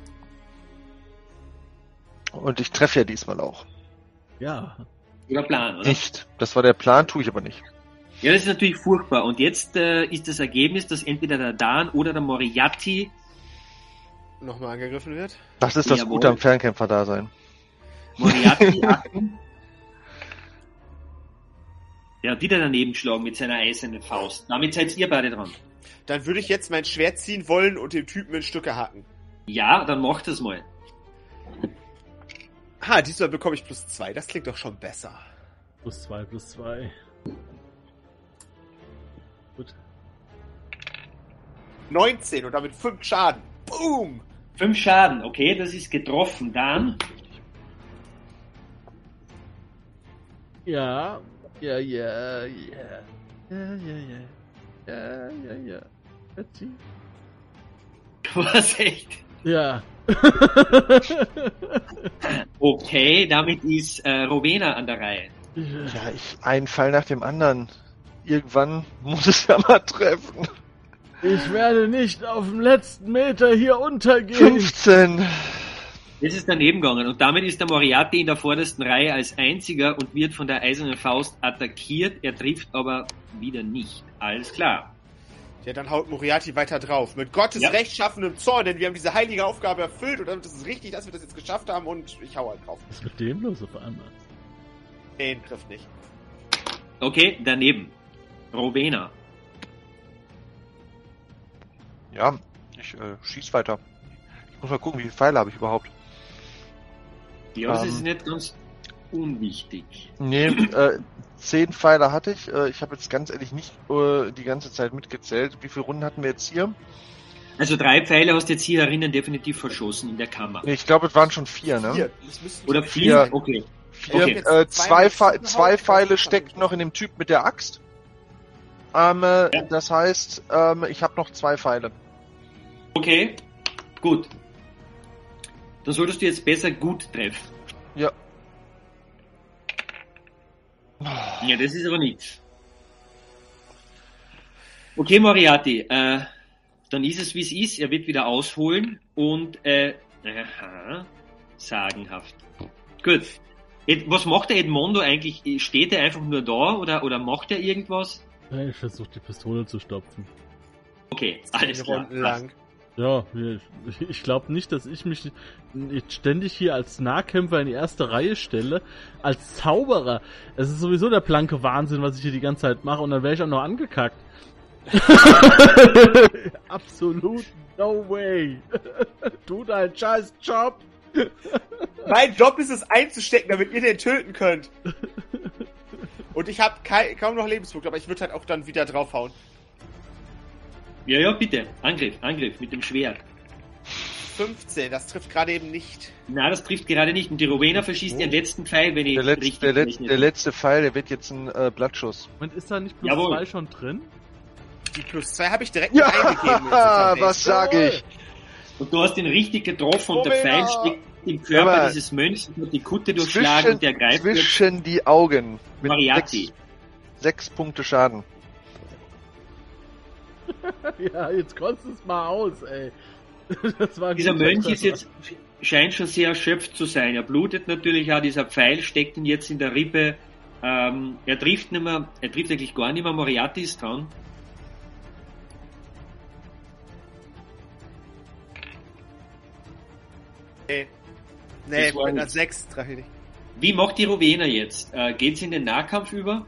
S4: Und ich treffe ja diesmal auch.
S1: Ja.
S3: Guter Plan, oder?
S4: Nicht. Das war der Plan, tue ich aber nicht.
S3: Ja, das ist natürlich furchtbar. Und jetzt ist das Ergebnis, dass entweder der Dan oder der Moriarty.
S2: Nochmal angegriffen wird.
S4: Das ist das
S3: Jawohl.
S4: Gute am Fernkämpfer-Dasein.
S3: Moriarty, Achtung. Der hat wieder daneben geschlagen mit seiner eisernen Faust. Damit seid ihr beide dran.
S2: Dann würde ich jetzt mein Schwert ziehen wollen und dem Typen in Stücke hacken.
S3: Ja, dann macht das mal.
S2: Diesmal bekomme ich +2. Das klingt doch schon besser.
S1: +2. Gut.
S2: 19 und damit 5 Schaden. Boom!
S3: 5 Schaden, okay, das ist getroffen. Dan,
S1: Ja. Betty?
S3: was echt?
S1: Ja.
S3: Okay, damit ist Rowena an der Reihe.
S4: Ja, einen Fall nach dem anderen. Irgendwann muss es ja mal treffen.
S1: Ich werde nicht auf dem letzten Meter hier untergehen.
S4: 15.
S3: Das ist daneben gegangen und damit ist der Moriarty in der vordersten Reihe als einziger und wird von der eisernen Faust attackiert. Er trifft aber wieder nicht. Alles klar.
S2: Ja, dann haut Moriarty weiter drauf. Mit Gottes rechtschaffenem Zorn, denn wir haben diese heilige Aufgabe erfüllt und damit ist es richtig, dass wir das jetzt geschafft haben und ich hau halt drauf.
S1: Was ist mit dem los auf einmal?
S2: Den trifft nicht.
S3: Okay, daneben. Rowena.
S4: Ja, ich schieß weiter. Ich muss mal gucken, wie viele Pfeile habe ich überhaupt.
S3: Ja, das ist nicht ganz unwichtig.
S4: Nee, 10 Pfeile hatte ich. Ich habe jetzt ganz ehrlich nicht die ganze Zeit mitgezählt. Wie viele Runden hatten wir jetzt hier?
S3: Also 3 Pfeile hast du jetzt hier herinnen definitiv verschossen in der Kammer.
S4: Nee, ich glaube, es waren schon 4, ne?
S2: 4. Das müssten
S3: Oder
S2: schon
S3: 4?
S4: Ja.
S3: Okay.
S4: 4,
S3: Okay.
S4: zwei Pfeile steckten noch in dem Typ mit der Axt. Das heißt, ich habe noch 2 Pfeile.
S3: Okay, gut. Dann solltest du jetzt besser gut treffen.
S4: Ja.
S3: Ja, das ist aber nichts. Okay, Moriarty, dann ist es wie es ist. Er wird wieder ausholen und sagenhaft. Gut. Was macht der Edmondo eigentlich? Steht er einfach nur da oder macht er irgendwas?
S1: Ich versuche die Pistole zu stopfen.
S3: Okay, alles klar.
S2: Runden lang.
S1: Ja, ich glaube nicht, dass ich mich jetzt ständig hier als Nahkämpfer in die erste Reihe stelle. Als Zauberer. Es ist sowieso der blanke Wahnsinn, was ich hier die ganze Zeit mache. Und dann wäre ich auch noch angekackt. Absolut no way. Tu deinen scheiß Job.
S2: Mein Job ist es einzustecken, damit ihr den töten könnt. Und ich habe kaum noch Lebenspunkte, aber ich würde halt auch dann wieder draufhauen.
S3: Ja, bitte. Angriff mit dem Schwert.
S2: 15, das trifft gerade eben nicht.
S3: Na, das trifft gerade nicht. Und die Rowena verschießt ihren letzten Pfeil, wenn ich
S4: Der letzte Pfeil, der wird jetzt ein Blattschuss.
S1: Und ist da nicht
S3: Jawohl.
S1: +2 schon drin?
S2: Die +2 habe ich direkt mit eingegeben.
S4: Ja, was sage ich?
S3: Und du hast ihn richtig getroffen und der
S2: Rowena!
S3: Pfeil steckt im Körper
S4: Aber
S3: dieses Mönchs und hat die Kutte durchschlagen und der greift jetzt
S4: zwischen die Augen. Mit
S3: Moriarty.
S4: 6 Punkte Schaden.
S1: Ja, jetzt kotzt es mal aus, ey. Das war ein
S3: Dieser
S1: guter
S3: Mönch ist
S1: Treffer.
S3: jetzt, scheint schon sehr erschöpft zu sein. Er blutet natürlich auch, dieser Pfeil steckt ihm jetzt in der Rippe. Er trifft eigentlich gar nicht mehr, Moriarty ist dran.
S2: Nee,
S3: Das war
S2: mit einer
S3: nichts.
S2: 6 treffe ich nicht.
S3: Wie macht die Rowena jetzt? Geht's in den Nahkampf über?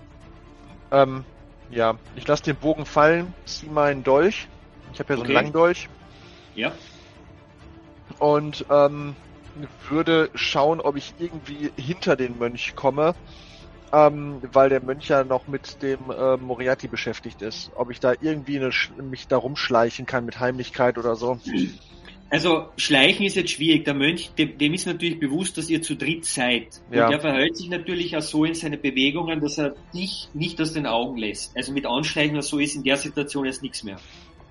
S4: Ja, ich lasse den Bogen fallen, zieh meinen Dolch. Ich habe ja so einen
S3: Okay.
S4: Langdolch.
S3: Ja.
S4: Und würde schauen, ob ich irgendwie hinter den Mönch komme. Weil der Mönch ja noch mit dem Moriarty beschäftigt ist. Ob ich da irgendwie mich da rumschleichen kann mit Heimlichkeit oder so.
S3: Also Schleichen ist jetzt schwierig. Der Mönch, dem ist natürlich bewusst, dass ihr zu dritt seid.
S4: Ja.
S3: Und er verhält sich natürlich auch so in seine Bewegungen, dass er dich nicht aus den Augen lässt. Also mit Anschleichen oder so ist in der Situation jetzt nichts mehr.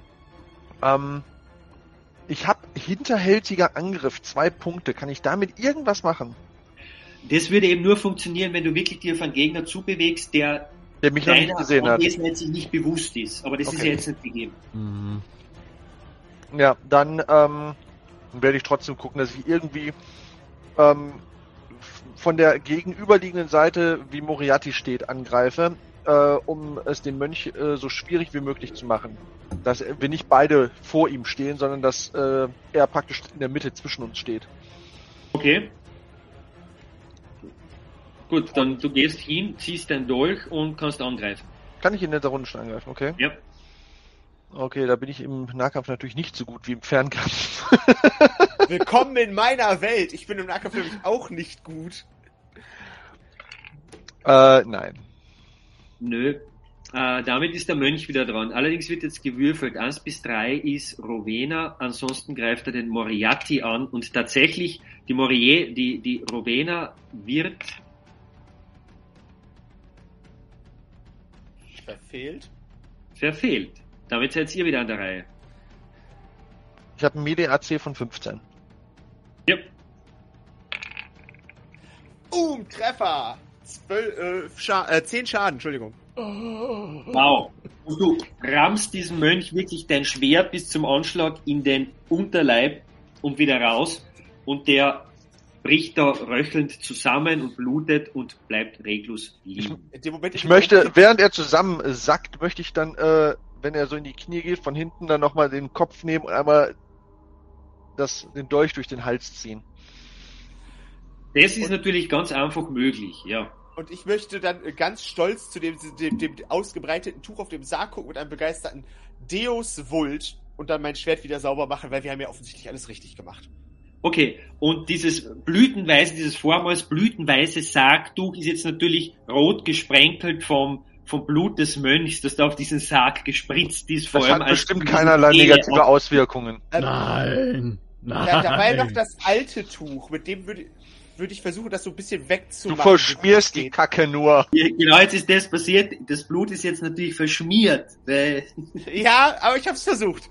S4: Ich habe hinterhältiger Angriff, 2 Punkte. Kann ich damit irgendwas machen?
S3: Das würde eben nur funktionieren, wenn du wirklich dir auf einen Gegner zubewegst, der
S4: Der mich noch nicht
S3: deiner
S4: gesehen hat.
S3: Anwesenheit sich nicht bewusst ist. Aber das ist
S4: Okay.
S3: ja jetzt nicht gegeben.
S1: Mhm.
S4: Ja, dann werde ich trotzdem gucken, dass ich irgendwie von der gegenüberliegenden Seite, wie Moriarty steht, angreife, um es dem Mönch so schwierig wie möglich zu machen. Dass wir nicht beide vor ihm stehen, sondern dass er praktisch in der Mitte zwischen uns steht.
S3: Okay. Gut, dann du gehst hin, ziehst dein Dolch und kannst angreifen.
S4: Kann ich in der Runde schon angreifen, okay?
S3: Ja.
S4: Okay, da bin ich im Nahkampf natürlich nicht so gut wie im Fernkampf.
S2: Willkommen in meiner Welt. Ich bin im Nahkampf nämlich auch nicht gut.
S4: Nein.
S3: Nö. Damit ist der Mönch wieder dran. Allerdings wird jetzt gewürfelt. 1 bis 3 ist Rowena, ansonsten greift er den Moriarty an und tatsächlich die Rowena wird verfehlt. Damit seid ihr wieder an der Reihe.
S4: Ich habe einen Melee-AC von 15.
S3: Ja.
S2: Treffer. 10 Schaden, Entschuldigung.
S3: Wow. Und du rammst diesem Mönch wirklich dein Schwert bis zum Anschlag in den Unterleib und wieder raus. Und der bricht da röchelnd zusammen und blutet und bleibt reglos liegen.
S2: In dem Moment,
S4: Ich möchte, während er zusammensackt, möchte ich dann, wenn er so in die Knie geht, von hinten dann nochmal den Kopf nehmen und einmal den Dolch durch den Hals ziehen.
S3: Das ist natürlich ganz einfach möglich, ja.
S2: Und ich möchte dann ganz stolz zu dem ausgebreiteten Tuch auf dem Sarg gucken mit einem begeisterten Deus Vult und dann mein Schwert wieder sauber machen, weil wir haben ja offensichtlich alles richtig gemacht.
S3: Okay, und dieses vormals blütenweiße Sargtuch ist jetzt natürlich rot gesprenkelt vom Blut des Mönchs, das da auf diesen Sarg gespritzt ist. Vor
S4: Das
S3: allem
S4: hat
S3: als
S4: bestimmt
S3: diese
S4: keinerlei
S3: Seele
S4: negative Auswirkungen.
S1: Nein. Nein.
S2: Ja, da war ja noch das alte Tuch, mit dem würde ich versuchen, das so ein bisschen
S4: Du
S2: wegzumachen.
S4: verschmierst die Kacke nur.
S3: Genau, jetzt ist das passiert. Das Blut ist jetzt natürlich verschmiert. Weil
S2: Ja, aber ich hab's versucht.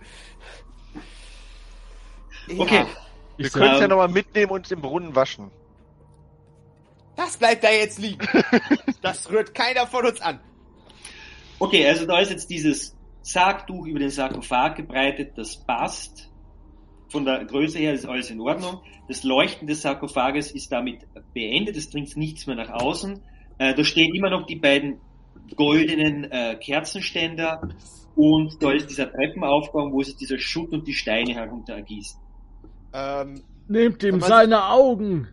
S3: Okay.
S2: Ja,
S4: Wir
S1: Ich
S4: können es ja
S3: Ähm,
S4: nochmal mitnehmen und im Brunnen waschen.
S2: das bleibt da jetzt liegen. Das rührt keiner von uns an.
S3: Okay, also da ist jetzt dieses Sargtuch über den Sarkophag gebreitet, das passt. Von der Größe her ist alles in Ordnung. Das Leuchten des Sarkophages ist damit beendet, es dringt nichts mehr nach außen. Da stehen immer noch die beiden goldenen Kerzenständer und da ist dieser Treppenaufgang, wo sich dieser Schutt und die Steine herunter ergießen.
S1: Nehmt ihm
S2: Wenn man-
S1: seine Augen.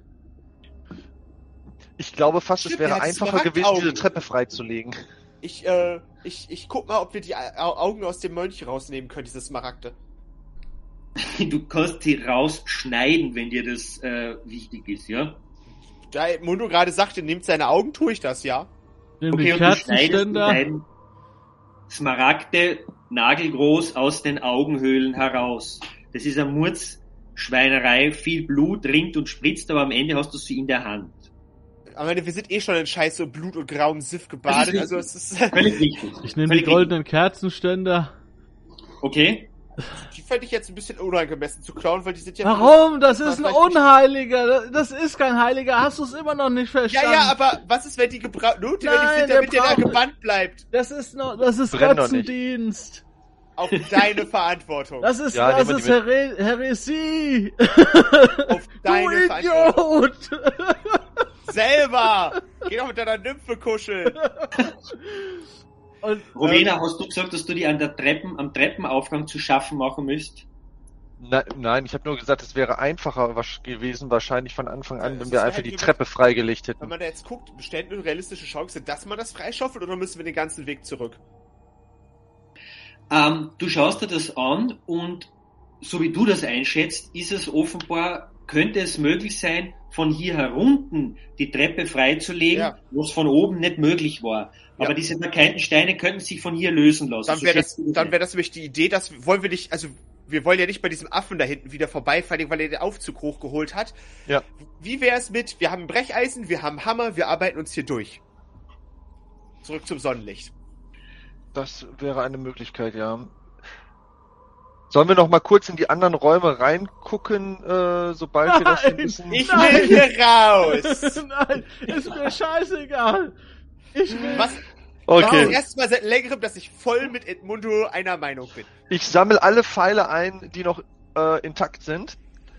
S4: Ich glaube fast, es
S2: Stimmt,
S4: wäre
S2: der hat
S4: einfacher gewesen,
S2: Smaragdaugen.
S4: diese Treppe freizulegen.
S2: Ich guck mal, ob wir die Augen aus dem Mönch rausnehmen können, diese Smaragde.
S3: Du kannst sie rausschneiden, wenn dir das wichtig ist, ja?
S2: Da Mundo gerade sagte, nimmt seine Augen, tue ich das, ja.
S1: Nimm
S3: Okay,
S1: die
S3: und du schneidest die
S1: Kerzenständer.
S3: beiden Smaragde nagelgroß aus den Augenhöhlen heraus. Das ist eine Murzschweinerei, viel Blut rinnt und spritzt, aber am Ende hast du sie in der Hand.
S2: Aber wir sind eh schon in Scheiße und Blut und grauem Siff gebadet,
S3: Das
S2: also
S3: ist
S2: es ist...
S3: Völlig richtig.
S1: Ich nehme die
S3: Völlig
S1: goldenen Kerzenständer.
S3: richtig. Okay,
S2: Die fände ich jetzt ein bisschen unangemessen zu klauen, weil die sind ja...
S1: Warum? Das ist ein Unheiliger. Das ist kein Heiliger. Hast du es immer noch nicht verstanden?
S2: Ja, aber was ist, wenn die notwendig sind, damit der da gebannt bleibt?
S1: Das ist Götzendienst.
S2: Auf deine Verantwortung.
S1: Das ist Häresie.
S2: Auf deine Verantwortung.
S1: Idiot.
S2: Selber. Geh doch mit deiner Nymphe kuscheln.
S1: Und,
S3: Rowena, hast du gesagt, dass du die am Treppenaufgang zu schaffen machen müsst?
S4: Nein, ich habe nur gesagt, es wäre einfacher gewesen, wahrscheinlich von Anfang an,
S2: Ja,
S4: wenn wir einfach die Treppe freigelegt hätten.
S2: Wenn man da jetzt guckt, besteht eine realistische Chance, dass man das freischaufelt, oder müssen wir den ganzen Weg zurück?
S3: Du schaust dir das an und so wie du das einschätzt, ist es offenbar, könnte es möglich sein, von hier herunten die Treppe freizulegen, was von oben nicht möglich war. Aber diese markanten Steine könnten sich von hier lösen lassen.
S2: Dann wäre das nämlich die Idee, wir wollen ja nicht bei diesem Affen da hinten wieder vorbeifallen, weil er den Aufzug hochgeholt hat.
S4: Ja.
S2: Wie wäre es mit, wir haben Brecheisen, wir haben Hammer, wir arbeiten uns hier durch. Zurück zum Sonnenlicht.
S4: Das wäre eine Möglichkeit, ja. Sollen wir noch mal kurz in die anderen Räume reingucken, sobald wir das wissen?
S2: Ich will hier raus!
S1: Nein, ist mir scheißegal. Ich will...
S2: Was?
S4: Okay.
S2: Das ist das erste Mal seit längerem, dass ich voll mit Edmundo einer Meinung bin.
S4: Ich sammle alle Pfeile ein, die noch intakt sind.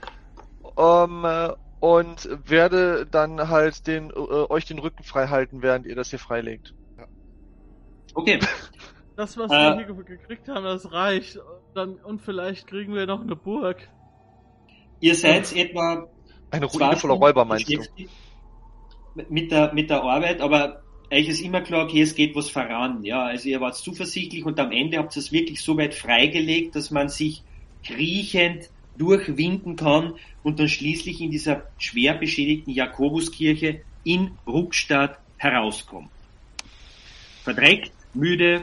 S4: Und werde dann halt euch den Rücken frei halten, während ihr das hier freilegt.
S3: Okay.
S1: Das, was wir hier gekriegt haben, das reicht. Und vielleicht kriegen wir noch eine Burg.
S3: Ihr seid etwa
S4: eine Ruine voller Räuber, meinst du?
S3: Mit der Arbeit, aber euch ist immer klar, okay, es geht was voran. Ja, also ihr wart zuversichtlich und am Ende habt ihr es wirklich so weit freigelegt, dass man sich kriechend durchwinden kann und dann schließlich in dieser schwer beschädigten Jakobuskirche in Ruckstadt herauskommt. Verdreckt, müde,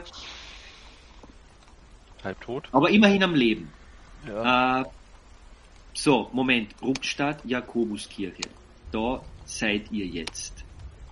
S4: halbtot,
S3: aber immerhin am Leben.
S4: Ja.
S3: So, Moment, Ruckstadt, Jakobuskirche. Da seid ihr jetzt.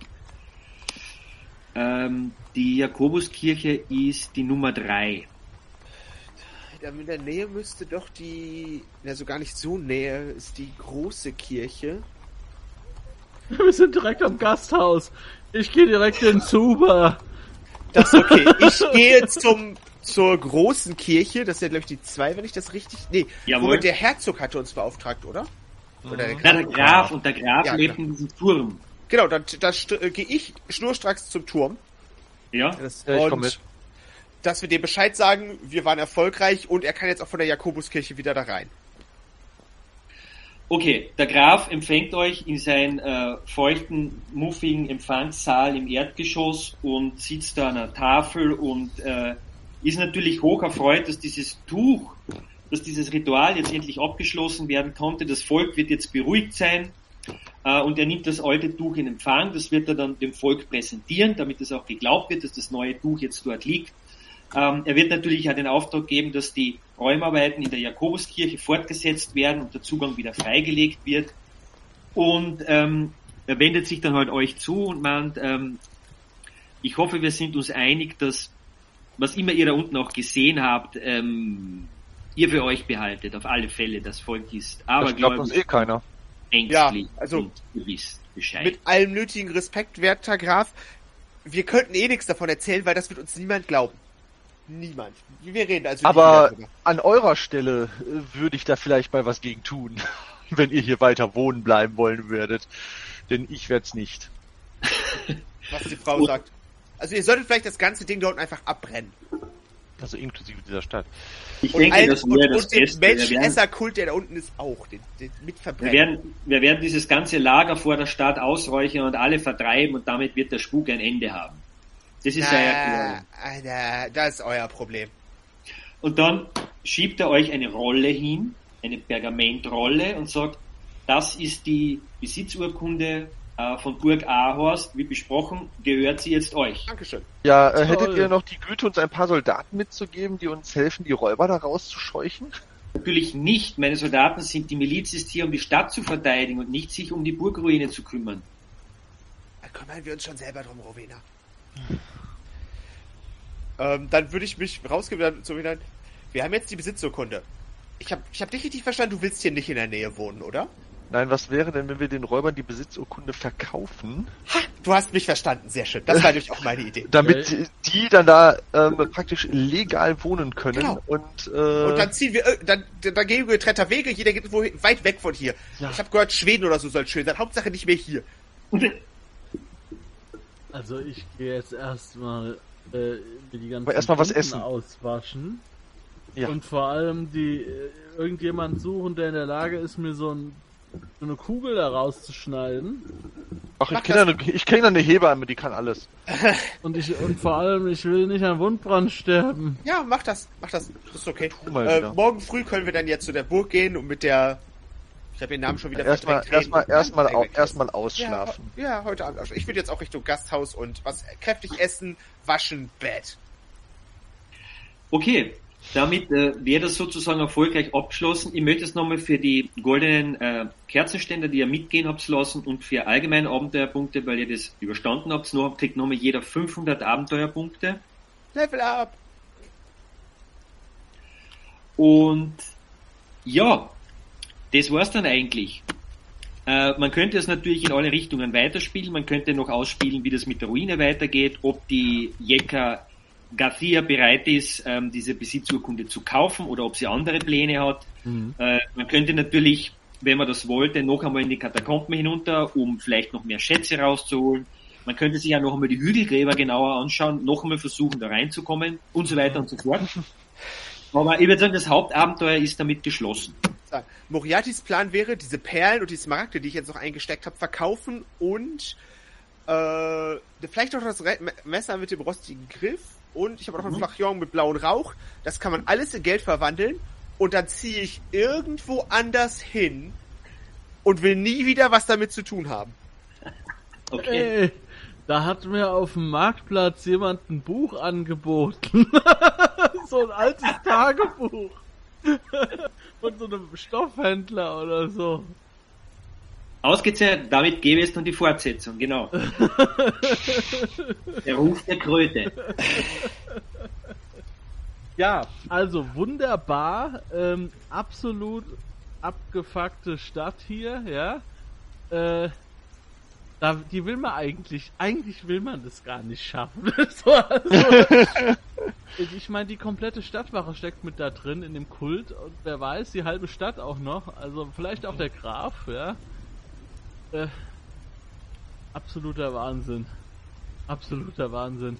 S3: Die Jakobuskirche ist die Nummer 3.
S2: In der Nähe müsste doch so gar nicht so näher, ist die große Kirche.
S1: Wir sind direkt am Gasthaus. Ich gehe direkt in Zuber.
S2: Das ist okay. Ich gehe zur großen Kirche. Das ist ja, glaube ich, die 2, wenn ich das richtig... Nee,
S3: jawohl.
S2: Der Herzog hatte uns beauftragt, oder?
S3: Oder der Graf. Und der Graf lebt in diesem Turm.
S2: Genau, dann gehe ich schnurstracks zum Turm.
S3: Ja,
S4: ich komm mit.
S2: Dass wir dem Bescheid sagen, wir waren erfolgreich und er kann jetzt auch von der Jakobuskirche wieder da rein.
S3: Okay, der Graf empfängt euch in seinen feuchten, muffigen Empfangssaal im Erdgeschoss und sitzt da an einer Tafel und ist natürlich hoch erfreut, dass dieses Ritual jetzt endlich abgeschlossen werden konnte. Das Volk wird jetzt beruhigt sein und er nimmt das alte Tuch in Empfang. Das wird er dann dem Volk präsentieren, damit es auch geglaubt wird, dass das neue Tuch jetzt dort liegt. Er wird natürlich auch den Auftrag geben, dass die Räumarbeiten in der Jakobuskirche fortgesetzt werden und der Zugang wieder freigelegt wird. Und er wendet sich dann halt euch zu und meint, ich hoffe, wir sind uns einig, dass, was immer ihr da unten auch gesehen habt, ihr für euch behaltet, auf alle Fälle, das Volk ist. Aber
S4: das glaubt uns keiner.
S3: Ängstlich,
S2: ja, also
S3: und ihr wisst Bescheid.
S2: Mit allem nötigen Respekt, werter Graf, wir könnten nichts davon erzählen, weil das wird uns niemand glauben. Niemand. Wir reden also
S4: aber an eurer Stelle würde ich da vielleicht mal was gegen tun, wenn ihr hier weiter wohnen bleiben wollen würdet. Denn ich werde es nicht.
S2: Was die Frau sagt. Also ihr solltet vielleicht das ganze Ding dort einfach abbrennen.
S4: Also inklusive dieser Stadt.
S3: Ich denke, das wäre das
S2: den
S3: Beste.
S2: Menschenesserkult, der da unten ist, auch. Den mitverbrennen.
S3: Wir werden dieses ganze Lager vor der Stadt ausräuchern und alle vertreiben und damit wird der Spuk ein Ende haben. Das ist
S2: das ist euer Problem.
S3: Und dann schiebt er euch eine Rolle hin, eine Pergamentrolle und sagt, das ist die Besitzurkunde von Burg Ahorst, wie besprochen, gehört sie jetzt euch.
S2: Dankeschön.
S4: Ja, hättet ihr noch die Güte, uns ein paar Soldaten mitzugeben, die uns helfen, die Räuber da rauszuscheuchen?
S3: Natürlich nicht. Meine Soldaten sind, die Miliz ist hier, um die Stadt zu verteidigen und nicht sich um die Burgruine zu kümmern.
S2: Da kümmern wir uns schon selber drum, Rowena. Dann würde ich mich rausgeben, so hinein. wir haben jetzt die Besitzurkunde. Ich hab dich richtig verstanden, du willst hier nicht in der Nähe wohnen, oder?
S4: Nein, was wäre denn, wenn wir den Räubern die Besitzurkunde verkaufen?
S2: Ha, du hast mich verstanden, sehr schön. Das war natürlich auch meine Idee.
S4: Damit die dann da praktisch legal wohnen können.
S2: Genau.
S4: Und
S2: dann ziehen wir, dann gehen wir getrennter Wege, jeder geht wohin, weit weg von hier.
S1: Ja.
S2: Ich habe gehört, Schweden oder so soll schön sein, Hauptsache nicht mehr hier.
S1: Also ich gehe jetzt erstmal mir die ganzen
S4: erstmal was
S1: Wunden
S4: essen.
S1: auswaschen.
S4: Ja.
S1: Und vor allem irgendjemand suchen, der in der Lage ist, mir so eine Kugel da rauszuschneiden.
S4: Ach, ich kenne eine Hebamme, die kann alles.
S1: Und vor allem, ich will nicht an Wundbrand sterben.
S2: Ja, mach das. Das ist okay.
S4: mal wieder.
S2: Morgen früh können wir dann jetzt zu der Burg gehen und mit der... Ich habe den Namen schon wieder verdrängt.
S4: Erstmal ausschlafen.
S2: Ja, heute Abend. Ich würde jetzt auch Richtung Gasthaus und was kräftig essen, waschen, Bett.
S3: Okay, damit wäre das sozusagen erfolgreich abgeschlossen. Ich möchte es nochmal für die goldenen Kerzenständer, die ihr mitgehen habt lassen, und für allgemeine Abenteuerpunkte, weil ihr das überstanden habt, kriegt nochmal jeder 500 Abenteuerpunkte.
S2: Level up!
S3: Und ja, das war's dann eigentlich. Man könnte es natürlich in alle Richtungen weiterspielen. Man könnte noch ausspielen, wie das mit der Ruine weitergeht, ob die Yeka Garcia bereit ist, diese Besitzurkunde zu kaufen oder ob sie andere Pläne hat.
S1: Mhm.
S3: Man könnte natürlich, wenn man das wollte, noch einmal in die Katakomben hinunter, um vielleicht noch mehr Schätze rauszuholen. Man könnte sich ja noch einmal die Hügelgräber genauer anschauen, noch einmal versuchen, da reinzukommen und so weiter und so fort. Aber ich würde sagen, das Hauptabenteuer ist damit geschlossen.
S2: Moriartys Plan wäre, diese Perlen und die Smaragde, die ich jetzt noch eingesteckt habe, verkaufen und vielleicht noch das Messer mit dem rostigen Griff und ich habe noch einen Flachion mit blauem Rauch. Das kann man alles in Geld verwandeln und dann ziehe ich irgendwo anders hin und will nie wieder was damit zu tun haben.
S3: Okay.
S1: Ey, da hat mir auf dem Marktplatz jemand ein Buch angeboten. So ein altes Tagebuch. Von so einem Stoffhändler oder so.
S3: Ausgezeichnet, damit gäbe es dann die Fortsetzung, genau. Der Ruf der Kröte.
S1: Ja, also wunderbar, absolut abgefuckte Stadt hier, ja. Die will man eigentlich will man das gar nicht schaffen. So, also, ich meine, die komplette Stadtwache steckt mit da drin in dem Kult und wer weiß, die halbe Stadt auch noch, also vielleicht auch der Graf, ja. Absoluter Wahnsinn. Absoluter Wahnsinn.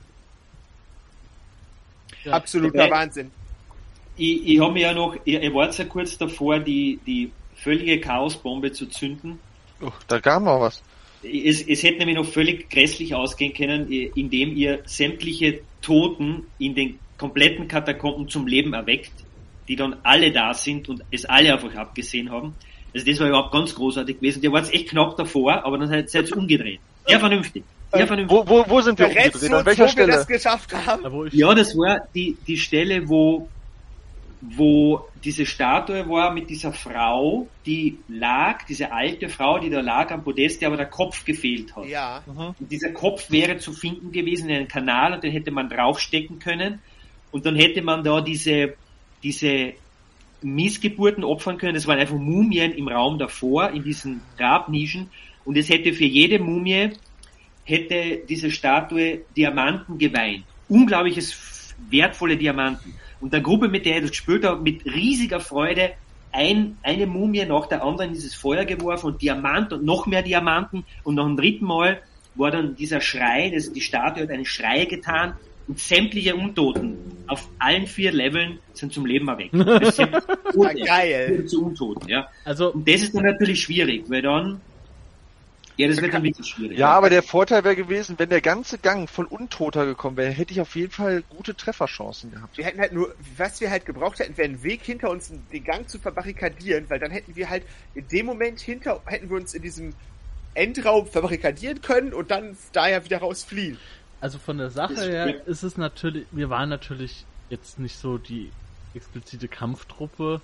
S1: Ja.
S2: Absoluter Wahnsinn.
S3: Ich habe mir ja noch, ihr wart ja kurz davor, die völlige Chaosbombe zu zünden.
S4: Oh, da gab noch was.
S3: Es hätte nämlich noch völlig grässlich ausgehen können, indem ihr sämtliche Toten in den kompletten Katakomben zum Leben erweckt, die dann alle da sind und es alle einfach abgesehen haben. Also das war überhaupt ganz großartig gewesen. Ihr wart echt knapp davor, aber dann seid ihr umgedreht. Sehr vernünftig. Sehr vernünftig.
S4: Wo sind wir umgedreht? An welcher Stelle?
S2: Wir das geschafft haben?
S3: Ja, das war die Stelle, wo diese Statue war mit dieser Frau, die lag, diese alte Frau, die da lag am Podest, der aber der Kopf gefehlt hat.
S2: Ja.
S3: Und dieser Kopf wäre zu finden gewesen in einem Kanal und den hätte man draufstecken können und dann hätte man da diese Missgeburten opfern können. Das waren einfach Mumien im Raum davor, in diesen Grabnischen und es hätte für jede Mumie hätte diese Statue Diamanten geweint. Unglaubliches wertvolle Diamanten. Und der Gruppe, mit der ich das gespielt habe, mit riesiger Freude eine Mumie nach der anderen in dieses Feuer geworfen und Diamant und noch mehr Diamanten und nach dem dritten Mal war dann dieser Schrei, die Statue hat einen Schrei getan und sämtliche Untoten auf allen 4 Leveln sind zum Leben erweckt. Das sind
S2: geil.
S3: Zu Untoten, ja.
S1: Also,
S3: und das ist dann natürlich schwierig, weil dann das wird dann wirklich schwierig.
S4: Ja, aber der Vorteil wäre gewesen, wenn der ganze Gang voll Untoter gekommen wäre, hätte ich auf jeden Fall gute Trefferchancen gehabt.
S2: Wir hätten halt nur, was wir halt gebraucht hätten, wäre ein Weg hinter uns, den Gang zu verbarrikadieren, weil dann hätten wir halt in dem Moment hätten wir uns in diesem Endraum verbarrikadieren können und dann daher wieder rausfliehen.
S1: Also von der Sache her ist es natürlich, wir waren natürlich jetzt nicht so die explizite Kampftruppe,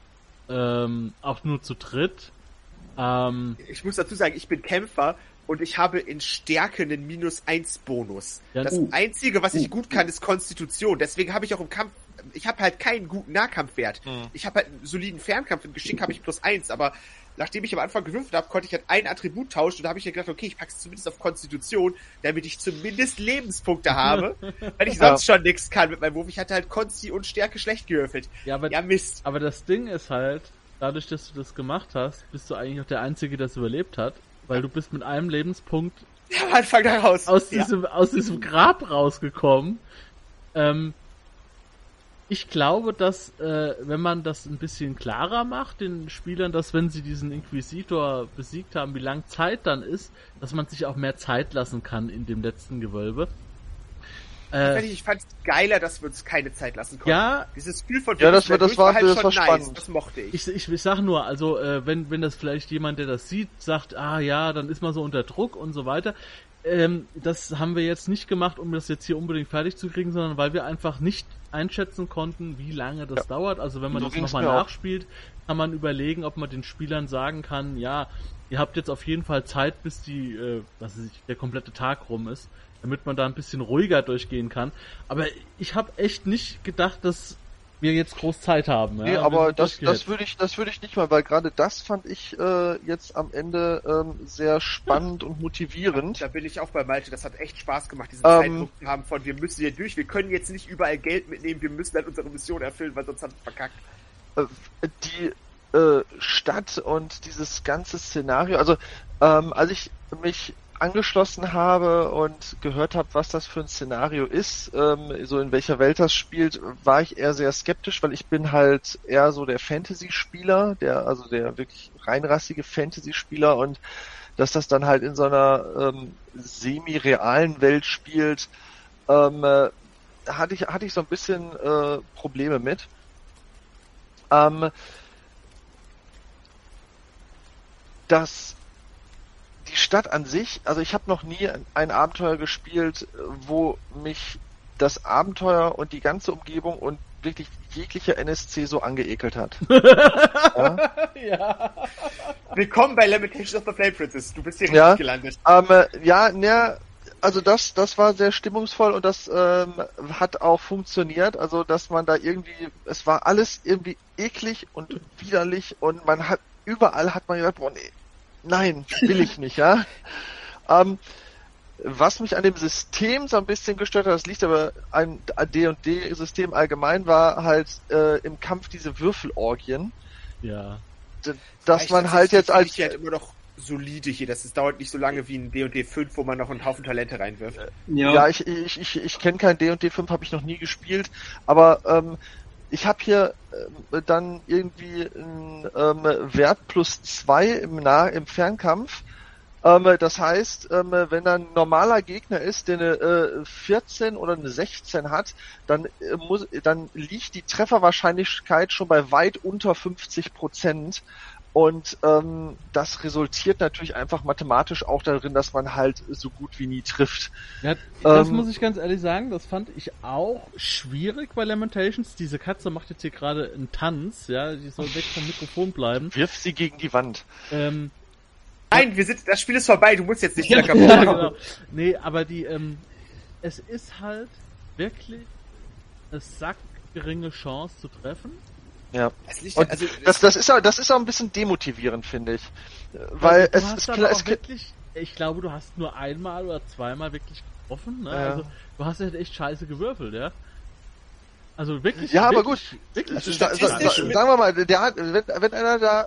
S1: auch nur zu dritt.
S2: Ich muss dazu sagen, ich bin Kämpfer und ich habe in Stärke einen -1 Bonus.
S1: Ja,
S2: das Einzige, was ich gut kann, ist Konstitution. Deswegen habe ich auch im Kampf ich habe halt keinen guten Nahkampfwert. Ich habe halt einen soliden Fernkampf, im Geschick habe ich +1, aber nachdem ich am Anfang gewürfelt habe, konnte ich halt ein Attribut tauschen und da habe ich mir gedacht, okay, ich pack's zumindest auf Konstitution, damit ich zumindest Lebenspunkte habe, weil ich sonst schon nichts kann mit meinem Wurf. Ich hatte halt Konsti und Stärke schlecht gewürfelt.
S1: Ja,
S2: Mist.
S1: Aber das Ding ist halt, dadurch, dass du das gemacht hast, bist du eigentlich auch der Einzige, der es überlebt hat, weil du bist mit einem Lebenspunkt
S2: am Anfang da raus.
S1: Aus diesem Grab rausgekommen. Ich glaube, dass, wenn man das ein bisschen klarer macht, den Spielern, dass wenn sie diesen Inquisitor besiegt haben, wie lang Zeit dann ist, dass man sich auch mehr Zeit lassen kann in dem letzten Gewölbe.
S2: Ich fand es geiler, dass wir uns keine Zeit lassen konnten.
S1: Ja.
S2: Dieses Gefühl von
S4: das war
S2: halt schon
S4: spannend.
S2: Nice. Das mochte ich.
S1: Ich sag nur, also wenn das vielleicht jemand, der das sieht, sagt, dann ist man so unter Druck und so weiter. Das haben wir jetzt nicht gemacht, um das jetzt hier unbedingt fertig zu kriegen, sondern weil wir einfach nicht einschätzen konnten, wie lange das dauert. Also wenn man das nochmal nachspielt, kann man überlegen, ob man den Spielern sagen kann, ja, ihr habt jetzt auf jeden Fall Zeit, bis der komplette Tag rum ist, damit man da ein bisschen ruhiger durchgehen kann. Aber ich habe echt nicht gedacht, dass wir jetzt groß Zeit haben. Ja?
S4: Nee, aber das würde ich nicht mal, weil gerade das fand ich jetzt am Ende sehr spannend und motivierend.
S2: Da bin ich auch bei Malte, das hat echt Spaß gemacht, diesen Zeitpunkt zu haben von, wir müssen hier durch, wir können jetzt nicht überall Geld mitnehmen, wir müssen halt unsere Mission erfüllen, weil sonst haben wir verkackt.
S4: Die Stadt und dieses ganze Szenario, also als ich mich angeschlossen habe und gehört habe, was das für ein Szenario ist, so in welcher Welt das spielt, war ich eher sehr skeptisch, weil ich bin halt eher so der Fantasy-Spieler, der wirklich reinrassige Fantasy-Spieler, und dass das dann halt in so einer semi-realen Welt spielt, hatte ich so ein bisschen Probleme mit. Dass die Stadt an sich, also ich habe noch nie ein Abenteuer gespielt, wo mich das Abenteuer und die ganze Umgebung und wirklich jeglicher NSC so angeekelt hat.
S2: Ja. Willkommen bei Lamentations of the Flame Princess. Du bist hier richtig gelandet.
S4: Also das war sehr stimmungsvoll und das hat auch funktioniert. Also dass man da es war alles irgendwie eklig und widerlich und überall hat man gedacht, boah, nee, nein, will ich nicht, ja. Was mich an dem System so ein bisschen gestört hat, das liegt aber an D&D-System allgemein, war halt im Kampf diese Würfelorgien.
S1: Ja.
S4: Dass man halt jetzt als...
S2: halt immer noch solide hier, das dauert nicht so lange wie ein D&D 5, wo man noch einen Haufen Talente reinwirft.
S4: Ja, ich kenne kein D&D 5, habe ich noch nie gespielt, aber ich habe hier dann irgendwie einen Wert +2 im Fernkampf. Das heißt, wenn da ein normaler Gegner ist, der eine 14 oder eine 16 hat, dann liegt die Trefferwahrscheinlichkeit schon bei weit unter 50%. Und das resultiert natürlich einfach mathematisch auch darin, dass man halt so gut wie nie trifft.
S1: Ja, das muss ich ganz ehrlich sagen, das fand ich auch schwierig bei Lamentations. Diese Katze macht jetzt hier gerade einen Tanz, ja, die soll weg vom Mikrofon bleiben.
S4: Wirf sie gegen die Wand.
S2: Nein, das Spiel ist vorbei, du musst jetzt nicht wieder
S1: kaputt machen. Genau. Nee, aber es ist halt wirklich eine sackgeringe Chance zu treffen.
S4: Ja. Das ist auch ein bisschen demotivierend, finde ich. Weil
S1: ich glaube, du hast nur einmal oder zweimal wirklich getroffen, ne?
S4: Ja.
S1: Also, du hast halt echt scheiße gewürfelt, ja? Also wirklich.
S4: Ja, aber gut.
S1: Wirklich
S4: sagen wir mal, wenn einer da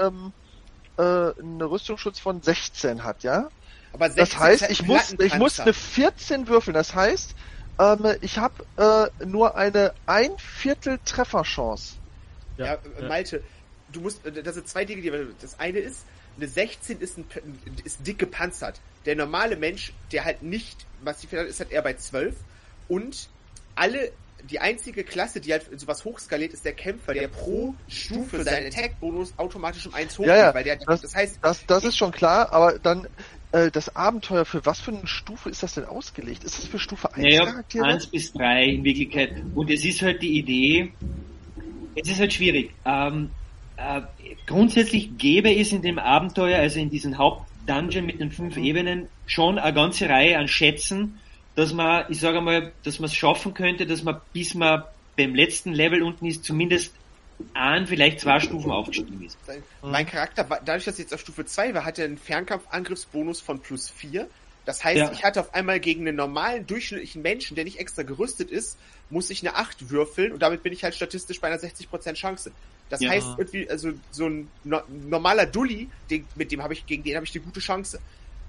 S4: eine Rüstungsschutz von 16 hat, ja?
S2: Aber
S4: das heißt, ich muss eine 14 würfeln. Das heißt, ich habe nur eine 1/4 Trefferchance.
S2: Ja, Malte, du musst, das sind zwei Dinge, das eine ist, eine 16 ist dick gepanzert. Der normale Mensch, der halt nicht massiv hat, ist halt eher bei 12. Und die einzige Klasse, die halt sowas hochskaliert, ist der Kämpfer, der pro Stufe seinen Attack-Bonus automatisch um 1 hochgeht.
S4: Ja,
S2: weil
S4: das ist schon klar, aber dann das Abenteuer, für was für eine Stufe ist das denn ausgelegt? Ist das für Stufe 1 Charaktere?
S3: 1 bis 3 in Wirklichkeit. Und es ist halt die Idee, es ist halt schwierig. Grundsätzlich gäbe es in dem Abenteuer, also in diesem Hauptdungeon mit den 5 Ebenen, schon eine ganze Reihe an Schätzen, dass man, ich sage mal, dass man es schaffen könnte, dass man, bis man beim letzten Level unten ist, zumindest vielleicht 2 Stufen aufgestiegen ist.
S2: Mein Charakter, dadurch, dass ich jetzt auf Stufe 2 war, hatte einen Fernkampfangriffsbonus von +4. Das heißt, ich hatte auf einmal gegen einen normalen, durchschnittlichen Menschen, der nicht extra gerüstet ist, muss ich eine 8 würfeln und damit bin ich halt statistisch bei einer 60% Chance. Das heißt, irgendwie, also so ein normaler Dulli, gegen den habe ich eine gute Chance.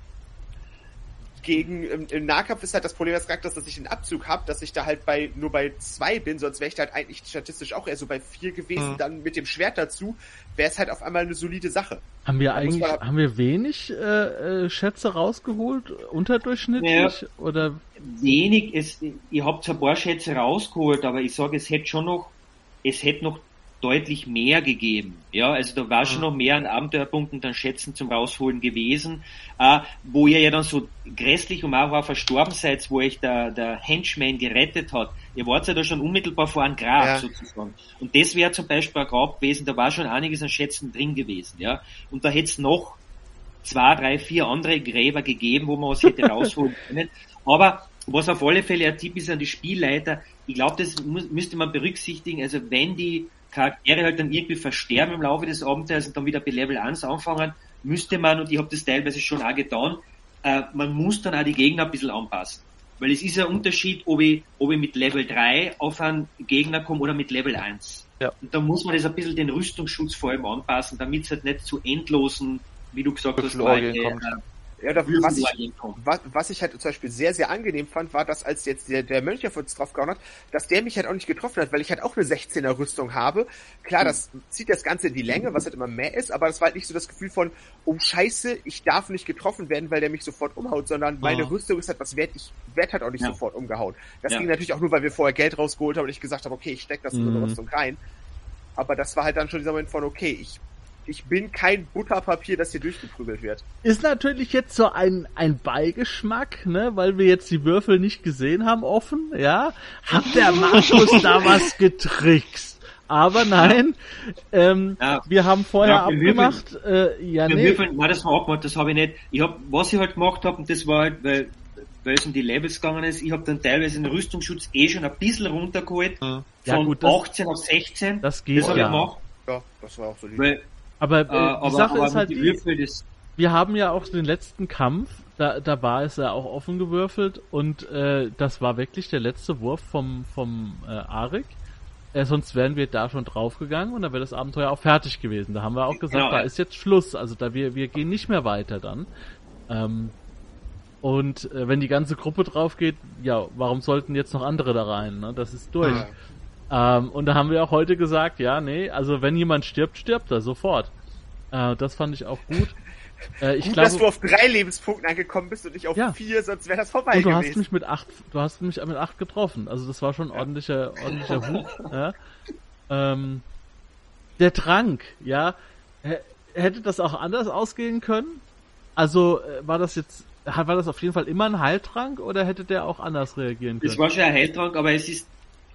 S2: Im Nahkampf ist halt das Problem des Charakters, dass ich einen Abzug habe, dass ich da halt nur bei 2 bin, sonst wäre ich da halt eigentlich statistisch auch eher so bei 4 gewesen, dann mit dem Schwert dazu, wäre es halt auf einmal eine solide Sache.
S1: Haben wir wenig Schätze rausgeholt, unterdurchschnittlich, oder?
S3: Wenig, ihr habt ein paar Schätze rausgeholt, aber ich sage, es hätte noch deutlich mehr gegeben. Ja, also da war schon noch mehr an Abenteuerpunkten und an Schätzen zum Rausholen gewesen, wo ihr ja dann so grässlich um auch verstorben seid, wo euch der Henchman gerettet hat. Ihr wart ja da schon unmittelbar vor einem Grab sozusagen. Und das wäre zum Beispiel ein Grab gewesen, da war schon einiges an Schätzen drin gewesen. Ja, und da hätte es noch 2, 3, 4 andere Gräber gegeben, wo man was hätte rausholen können. Aber was auf alle Fälle ein Tipp ist an die Spielleiter, ich glaube, das müsste man berücksichtigen, also wenn die Charaktere halt dann irgendwie versterben im Laufe des Abenteuers und dann wieder bei Level 1 anfangen, müsste man, und ich habe das teilweise schon auch getan, man muss dann auch die Gegner ein bisschen anpassen. Weil es ist ein Unterschied, ob ich mit Level 3 auf einen Gegner komme oder mit Level 1. Ja. Und da muss man das ein bisschen den Rüstungsschutz vor allem anpassen, damit es halt nicht zu endlosen, wie du gesagt hast,
S2: was ich halt zum Beispiel sehr, sehr angenehm fand, war, dass als jetzt der Mönch auf uns draufgehauen hat, dass der mich halt auch nicht getroffen hat, weil ich halt auch eine 16er Rüstung habe. Klar, das zieht das Ganze in die Länge, was halt immer mehr ist, aber das war halt nicht so das Gefühl von, oh Scheiße, ich darf nicht getroffen werden, weil der mich sofort umhaut, sondern meine Rüstung ist halt was wert, ich werde halt auch nicht sofort umgehauen. Das ging natürlich auch nur, weil wir vorher Geld rausgeholt haben und ich gesagt habe, okay, ich steck das in so eine Rüstung rein. Aber das war halt dann schon dieser Moment von, okay, ich bin kein Butterpapier, das hier durchgeprügelt wird.
S1: Ist natürlich jetzt so ein Beigeschmack, ne, weil wir jetzt die Würfel nicht gesehen haben offen, ja. Hat der Markus da was getrickst? Aber nein, wir haben vorher abgemacht,
S3: Würfeln, nein, das war abgemacht, das habe ich nicht. Was ich halt gemacht habe, und das war halt, weil es um die Levels gegangen ist, ich habe dann teilweise den Rüstungsschutz schon ein bisschen runtergeholt, von 18 auf 16.
S1: Das geht
S2: ja. Ja, das war auch so lieb.
S1: Aber die Sache ist halt wir haben ja auch den letzten Kampf, da war es ja auch offen gewürfelt und das war wirklich der letzte Wurf vom Arik. Sonst wären wir da schon draufgegangen und dann wäre das Abenteuer auch fertig gewesen. Da haben wir auch gesagt, da ist jetzt Schluss. Also wir gehen nicht mehr weiter dann. Und wenn die ganze Gruppe drauf geht, ja, warum sollten jetzt noch andere da rein? Ne? Das ist durch. Und da haben wir auch heute gesagt, ja, nee, also wenn jemand stirbt, stirbt er sofort. Das fand ich auch gut.
S2: Gut, dass du auf 3 Lebenspunkten angekommen bist und nicht auf 4, sonst wäre das vorbei gewesen.
S1: Du hast mich mit 8 getroffen. Also das war schon ordentlicher Hub. Ja. Der Trank, ja, hätte das auch anders ausgehen können? Also war das auf jeden Fall immer ein Heiltrank oder hätte der auch anders reagieren können?
S3: Das war schon ein Heiltrank, aber es ist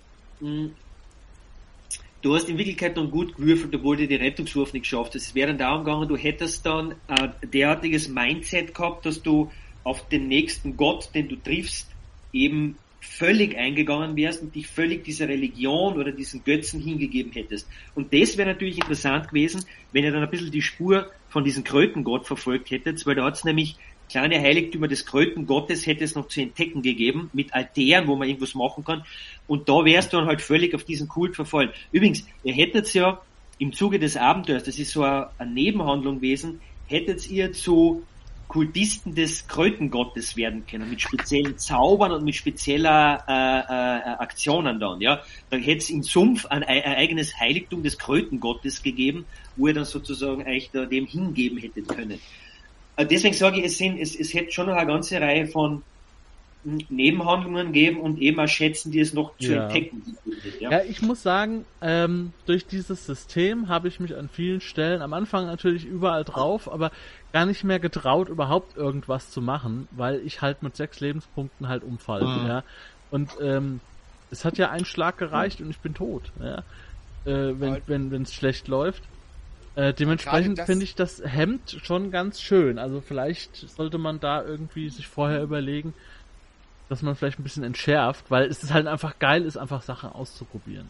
S3: du hast in Wirklichkeit dann gut gewürfelt, obwohl du die Rettungswurf nicht geschafft hast. Es wäre dann darum gegangen, du hättest dann ein derartiges Mindset gehabt, dass du auf den nächsten Gott, den du triffst, eben völlig eingegangen wärst und dich völlig dieser Religion oder diesen Götzen hingegeben hättest. Und das wäre natürlich interessant gewesen, wenn ihr dann ein bisschen die Spur von diesem Krötengott verfolgt hättet, weil da hat es nämlich kleine Heiligtümer des Krötengottes hätte es noch zu entdecken gegeben, mit Altären, wo man irgendwas machen kann. Und da wärst du dann halt völlig auf diesen Kult verfallen. Übrigens, ihr hättet ja im Zuge des Abenteuers, das ist so eine Nebenhandlung gewesen, hättet ihr zu Kultisten des Krötengottes werden können, mit speziellen Zaubern und mit spezieller Aktionen dann, ja. Da hätte es im Sumpf ein eigenes Heiligtum des Krötengottes gegeben, wo ihr dann sozusagen euch da dem hingeben hättet können. Deswegen sage ich, es hätte schon noch eine ganze Reihe von Nebenhandlungen geben und eben auch Schätzen, die es noch zu entdecken gibt.
S1: Ja, ich muss sagen, durch dieses System habe ich mich an vielen Stellen, am Anfang natürlich überall drauf, aber gar nicht mehr getraut, überhaupt irgendwas zu machen, weil ich halt mit 6 Lebenspunkten halt umfalle. Ja. Und es hat ja einen Schlag gereicht und ich bin tot. Ja. Wenn es schlecht läuft. Dementsprechend finde ich das Hemd schon ganz schön. Also vielleicht sollte man da irgendwie sich vorher überlegen, dass man vielleicht ein bisschen entschärft, weil es ist halt einfach geil, ist einfach Sachen auszuprobieren.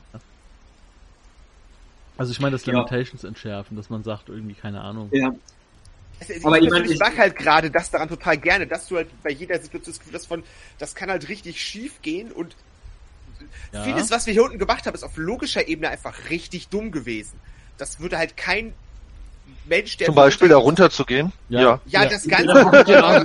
S1: Also ich meine das Limitations entschärfen, dass man sagt irgendwie, keine Ahnung.
S3: Ja.
S2: Also, aber ich mag halt gerade das daran total gerne, dass du halt bei jeder Situation das Gefühl hast, das kann halt richtig schief gehen und vieles, was wir hier unten gemacht haben, ist auf logischer Ebene einfach richtig dumm gewesen. Das würde halt kein Mensch, der...
S4: Zum Beispiel da runter zu gehen?
S2: Ja, das Ganze...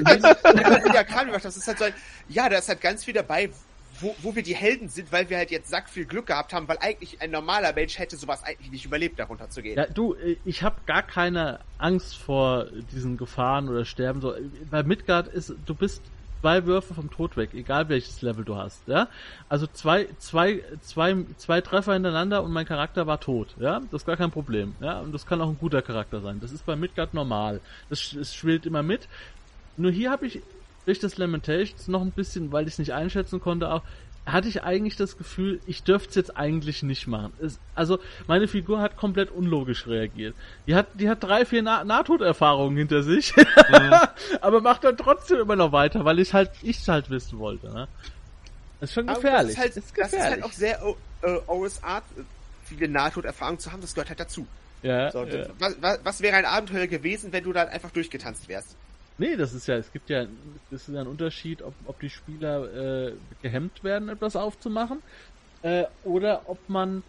S2: Das ist halt so, da ist halt ganz viel dabei, wo wir die Helden sind, weil wir halt jetzt sackviel Glück gehabt haben, weil eigentlich ein normaler Mensch hätte sowas eigentlich nicht überlebt, da runter zu gehen.
S1: Ja, du, ich habe gar keine Angst vor diesen Gefahren oder Sterben. So, bei Midgard du bist 2 Würfe vom Tod weg, egal welches Level du hast, ja. Also zwei Treffer hintereinander und mein Charakter war tot, ja. Das ist gar kein Problem, ja. Und das kann auch ein guter Charakter sein. Das ist bei Midgard normal. Das schwillt immer mit. Nur hier habe ich durch das Lamentations noch ein bisschen, weil ich es nicht einschätzen konnte, auch hatte ich eigentlich das Gefühl, ich dürfte es jetzt eigentlich nicht machen. Also meine Figur hat komplett unlogisch reagiert. Die hat 3-4 Nahtoderfahrungen hinter sich, aber macht dann trotzdem immer noch weiter, weil ich halt wissen wollte. Ne? Das ist schon gefährlich.
S2: Das ist halt auch sehr OSR, viele Nahtoderfahrungen zu haben, das gehört halt dazu.
S1: Ja,
S2: so, ja. Was wäre ein Abenteuer gewesen, wenn du dann einfach durchgetanzt wärst?
S1: Nee, das ist ja ein Unterschied, ob die Spieler gehemmt werden, etwas aufzumachen, oder ob man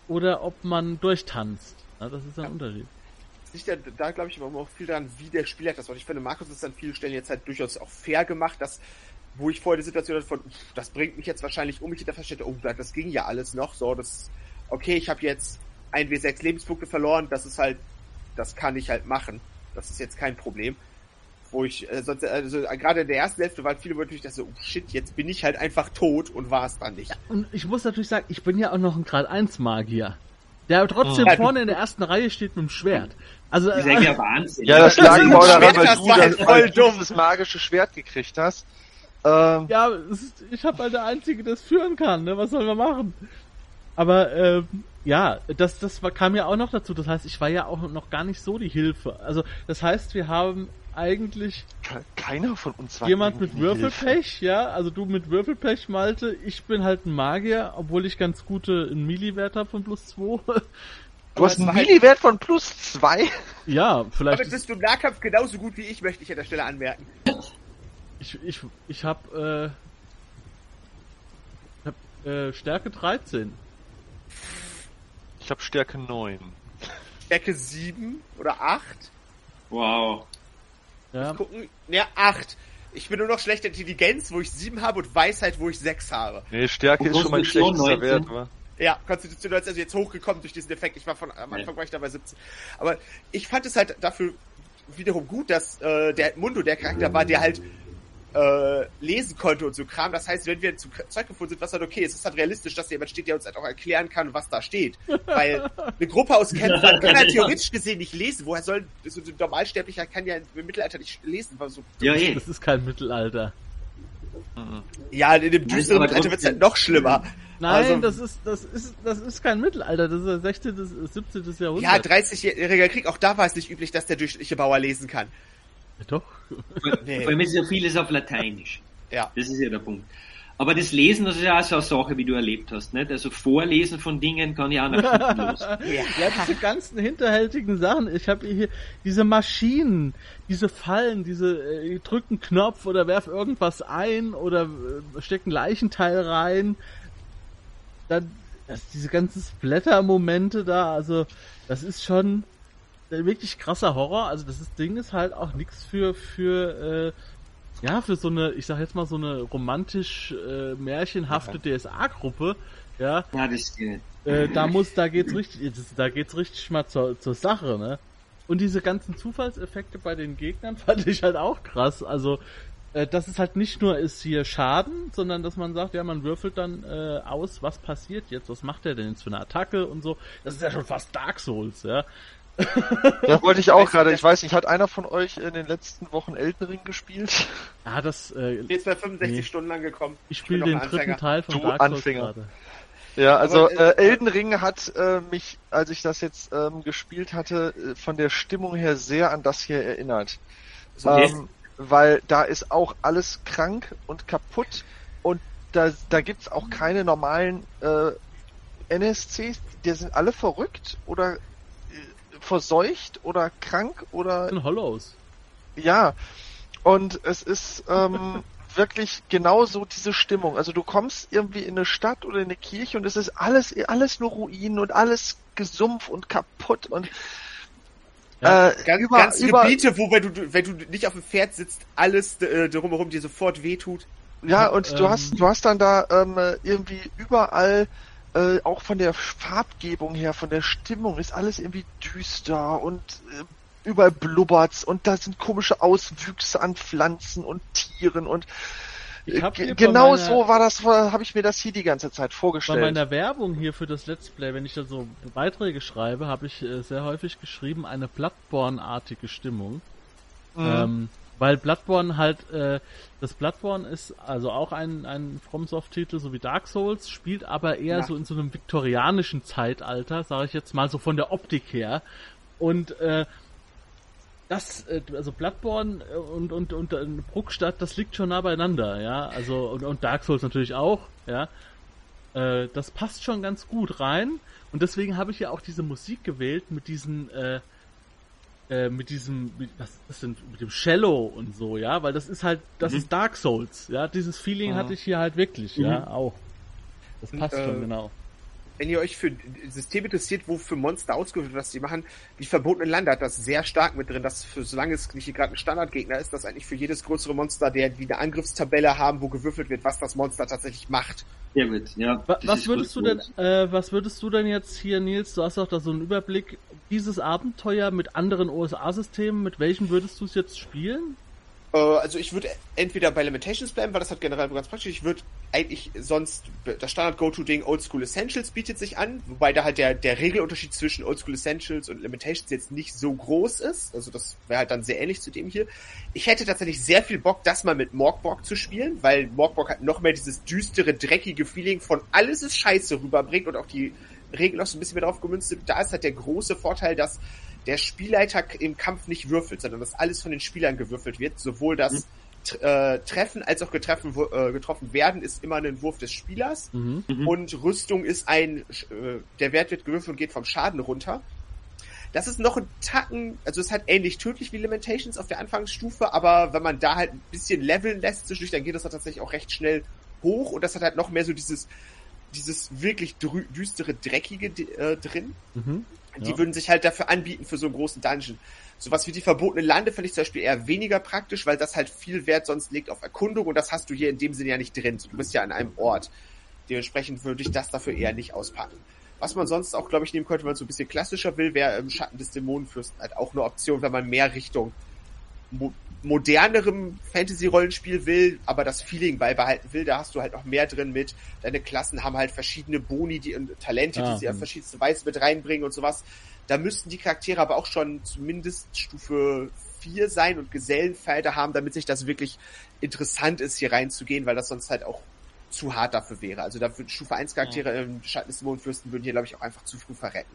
S1: durchtanzt. Ja, das ist ein Unterschied.
S2: Es liegt ja da, glaube ich, auch viel daran, wie der Spieler das macht. Ich finde, Markus ist an vielen Stellen jetzt halt durchaus auch fair gemacht, wo ich vorher die Situation hatte von, das bringt mich jetzt wahrscheinlich um, ich hinterher feststelle, oh, das ging ja alles noch, so, okay, ich habe jetzt 1W6 Lebenspunkte verloren, das kann ich halt machen. Das ist jetzt kein Problem. Wo ich, gerade in der ersten Hälfte waren viele natürlich das so, oh shit, jetzt bin ich halt einfach tot und war es dann nicht.
S1: Ja, und ich muss natürlich sagen, ich bin ja auch noch ein Grad 1 Magier, der trotzdem vorne in der ersten Reihe steht mit dem Schwert. Also,
S3: das ist ja Wahnsinn.
S4: Ja, das lag aber daran, weil du das magische Schwert gekriegt hast.
S1: Ja, ich habe halt der Einzige, der das führen kann, ne? Was sollen wir machen? Aber, das kam ja auch noch dazu. Das heißt, ich war ja auch noch gar nicht so die Hilfe. Also, das heißt, wir haben eigentlich
S4: keiner von uns war
S1: jemand mit Würfelpech, ja, also du mit Würfelpech, Malte, ich bin halt ein Magier, obwohl ich ganz gute Melee-Wert habe von +2.
S4: Du hast einen Melee-Wert von +2?
S1: Ja, vielleicht.
S2: Aber bist du im Nahkampf genauso gut wie ich, möchte ich an der Stelle anmerken.
S1: Ich hab Stärke 13.
S4: Ich hab Stärke 9.
S2: Stärke 7 oder 8?
S3: Wow.
S1: Ja.
S2: Gucken. Ja, 8. Ich bin nur noch schlechte Intelligenz, wo ich 7 habe und Weisheit, wo ich 6 habe.
S4: Nee, Stärke ist schon mein schlechtester Wert, aber.
S2: Ja, Konstitution ist also jetzt hochgekommen durch diesen Effekt. Am Anfang war ich da bei 17. Aber ich fand es halt dafür wiederum gut, dass der Mundo der Charakter war, der halt lesen konnte und so Kram. Das heißt, wenn wir zu Zeug gefunden sind, was halt okay ist, ist halt realistisch, dass da jemand steht, der uns halt auch erklären kann, was da steht. Weil eine Gruppe aus Kämpfern kann halt theoretisch gesehen nicht lesen. Woher soll so ein Normalsterblicher kann ja im Mittelalter nicht lesen? Weil so
S1: das ist kein Mittelalter.
S2: Ja, in dem düsteren Mittelalter wird es halt noch schlimmer.
S1: Nein, also, das ist kein Mittelalter, das ist 16. bis 17. Jahrhundert.
S2: Ja, 30-jähriger Krieg, auch da war es nicht üblich, dass der durchschnittliche Bauer lesen kann.
S1: Doch.
S3: Nee. Vor allem ist ja vieles auf Lateinisch.
S2: Ja.
S3: Das ist ja der Punkt. Aber das Lesen, das ist ja auch so eine Sache, wie du erlebt hast, nicht? Also Vorlesen von Dingen kann ja auch nach hinten los.
S1: Ja, diese ganzen hinterhältigen Sachen. Ich habe hier diese Maschinen, diese Fallen, drücken Knopf oder werf irgendwas ein oder stecken Leichenteil rein. Dann diese ganzen Splatter-Momente da, also das ist schon wirklich krasser Horror. Also das Ding ist halt auch nichts für so eine, ich sag jetzt mal so eine romantisch märchenhafte DSA-Gruppe, ja.
S3: Ja, das geht.
S1: Da geht's richtig mal zur Sache, ne? Und diese ganzen Zufallseffekte bei den Gegnern fand ich halt auch krass. Also dass es halt nicht nur ist hier Schaden, sondern dass man sagt, ja, man würfelt dann aus, was passiert jetzt, was macht der denn jetzt für eine Attacke und so. Das ist ja schon fast Dark Souls, ja.
S4: Ja, wollte ich auch gerade. Ich weiß nicht, hat einer von euch in den letzten Wochen Elden Ring gespielt?
S1: Ja, das
S2: jetzt bei 65 Stunden lang gekommen.
S1: Ich spiele den dritten Teil von
S4: Dark
S1: Souls
S4: Anfänger
S1: gerade.
S4: Ja, also Elden Ring hat mich, als ich das jetzt gespielt hatte, von der Stimmung her sehr an das hier erinnert. Weil da ist auch alles krank und kaputt. Und da gibt's auch keine normalen NSCs, die sind alle verrückt oder verseucht oder krank oder...
S1: In Hollows.
S4: Ja, und es ist wirklich genauso diese Stimmung. Also du kommst irgendwie in eine Stadt oder in eine Kirche und es ist alles nur Ruinen und alles Gesumpf und kaputt und
S2: ganze Gebiete, wo wenn du nicht auf dem Pferd sitzt, alles drumherum dir sofort wehtut.
S4: Ja, und du hast dann da irgendwie überall, auch von der Farbgebung her, von der Stimmung, ist alles irgendwie düster und überall blubbert's und da sind komische Auswüchse an Pflanzen und Tieren und genau so habe ich mir das hier die ganze Zeit vorgestellt.
S1: Bei meiner Werbung hier für das Let's Play, wenn ich da so Beiträge schreibe, habe ich sehr häufig geschrieben, eine Bloodborne-artige Stimmung. Weil Bloodborne halt, das Bloodborne ist also auch ein FromSoft-Titel, so wie Dark Souls, spielt aber eher so in so einem viktorianischen Zeitalter, sage ich jetzt mal so von der Optik her. Und also Bloodborne und Bruckstadt, das liegt schon nah beieinander, ja, also und Dark Souls natürlich auch, ja. Das passt schon ganz gut rein und deswegen habe ich ja auch diese Musik gewählt mit diesen mit dem Cello und so, ja, weil das ist halt, das ist Dark Souls, ja, dieses Feeling hatte ich hier halt wirklich, ja, auch. Das passt schon, genau.
S2: Wenn ihr euch für System interessiert, wofür Monster ausgeführt wird, was die machen, die Verbotenen Lande hat das sehr stark mit drin, dass solange es nicht gerade ein Standardgegner ist, dass eigentlich für jedes größere Monster, die eine Angriffstabelle haben, wo gewürfelt wird, was das Monster tatsächlich macht.
S3: Sehr gut, ja.
S1: Was würdest du denn jetzt hier, Nils, du hast doch da so einen Überblick, dieses Abenteuer mit anderen OSA-Systemen, mit welchem würdest du es jetzt spielen?
S2: Also ich würde entweder bei Lamentations bleiben, weil das hat generell ganz praktisch. Ich würde eigentlich sonst, das Standard-Go-To-Ding Old School Essentials bietet sich an, wobei da halt der Regelunterschied zwischen Old School Essentials und Lamentations jetzt nicht so groß ist. Also das wäre halt dann sehr ähnlich zu dem hier. Ich hätte tatsächlich sehr viel Bock, das mal mit Morkborg zu spielen, weil Morkborg hat noch mehr dieses düstere, dreckige Feeling von alles ist scheiße rüberbringt und auch die Regeln noch so ein bisschen mehr drauf gemünzt sind. Da ist halt der große Vorteil, dass der Spielleiter im Kampf nicht würfelt, sondern dass alles von den Spielern gewürfelt wird. Sowohl das Treffen als auch getroffen werden ist immer ein Wurf des Spielers. Und Rüstung ist der Wert wird gewürfelt und geht vom Schaden runter. Das ist noch ein Tacken, also ist halt ähnlich tödlich wie Lamentations auf der Anfangsstufe, aber wenn man da halt ein bisschen leveln lässt zwischendurch, dann geht das halt tatsächlich auch recht schnell hoch und das hat halt noch mehr so dieses wirklich düstere, dreckige drin. Die würden sich halt dafür anbieten für so einen großen Dungeon. Sowas wie die Verbotenen Lande finde ich zum Beispiel eher weniger praktisch, weil das halt viel Wert sonst legt auf Erkundung und das hast du hier in dem Sinne ja nicht drin. Du bist ja an einem Ort. Dementsprechend würde ich das dafür eher nicht auspacken. Was man sonst auch, glaube ich, nehmen könnte, wenn man so ein bisschen klassischer will, wäre im Schatten des Dämonenfürsten halt auch eine Option, wenn man mehr Richtung modernerem Fantasy-Rollenspiel will, aber das Feeling beibehalten will, da hast du halt noch mehr drin mit, deine Klassen haben halt verschiedene Boni und Talente, die sie auf verschiedenste Weise mit reinbringen und sowas. Da müssten die Charaktere aber auch schon zumindest Stufe 4 sein und Gesellenfelder haben, damit sich das wirklich interessant ist, hier reinzugehen, weil das sonst halt auch zu hart dafür wäre. Also da würden Stufe 1 Charaktere im Schatten des Dämonenfürsten würden hier, glaube ich, auch einfach zu früh verrecken.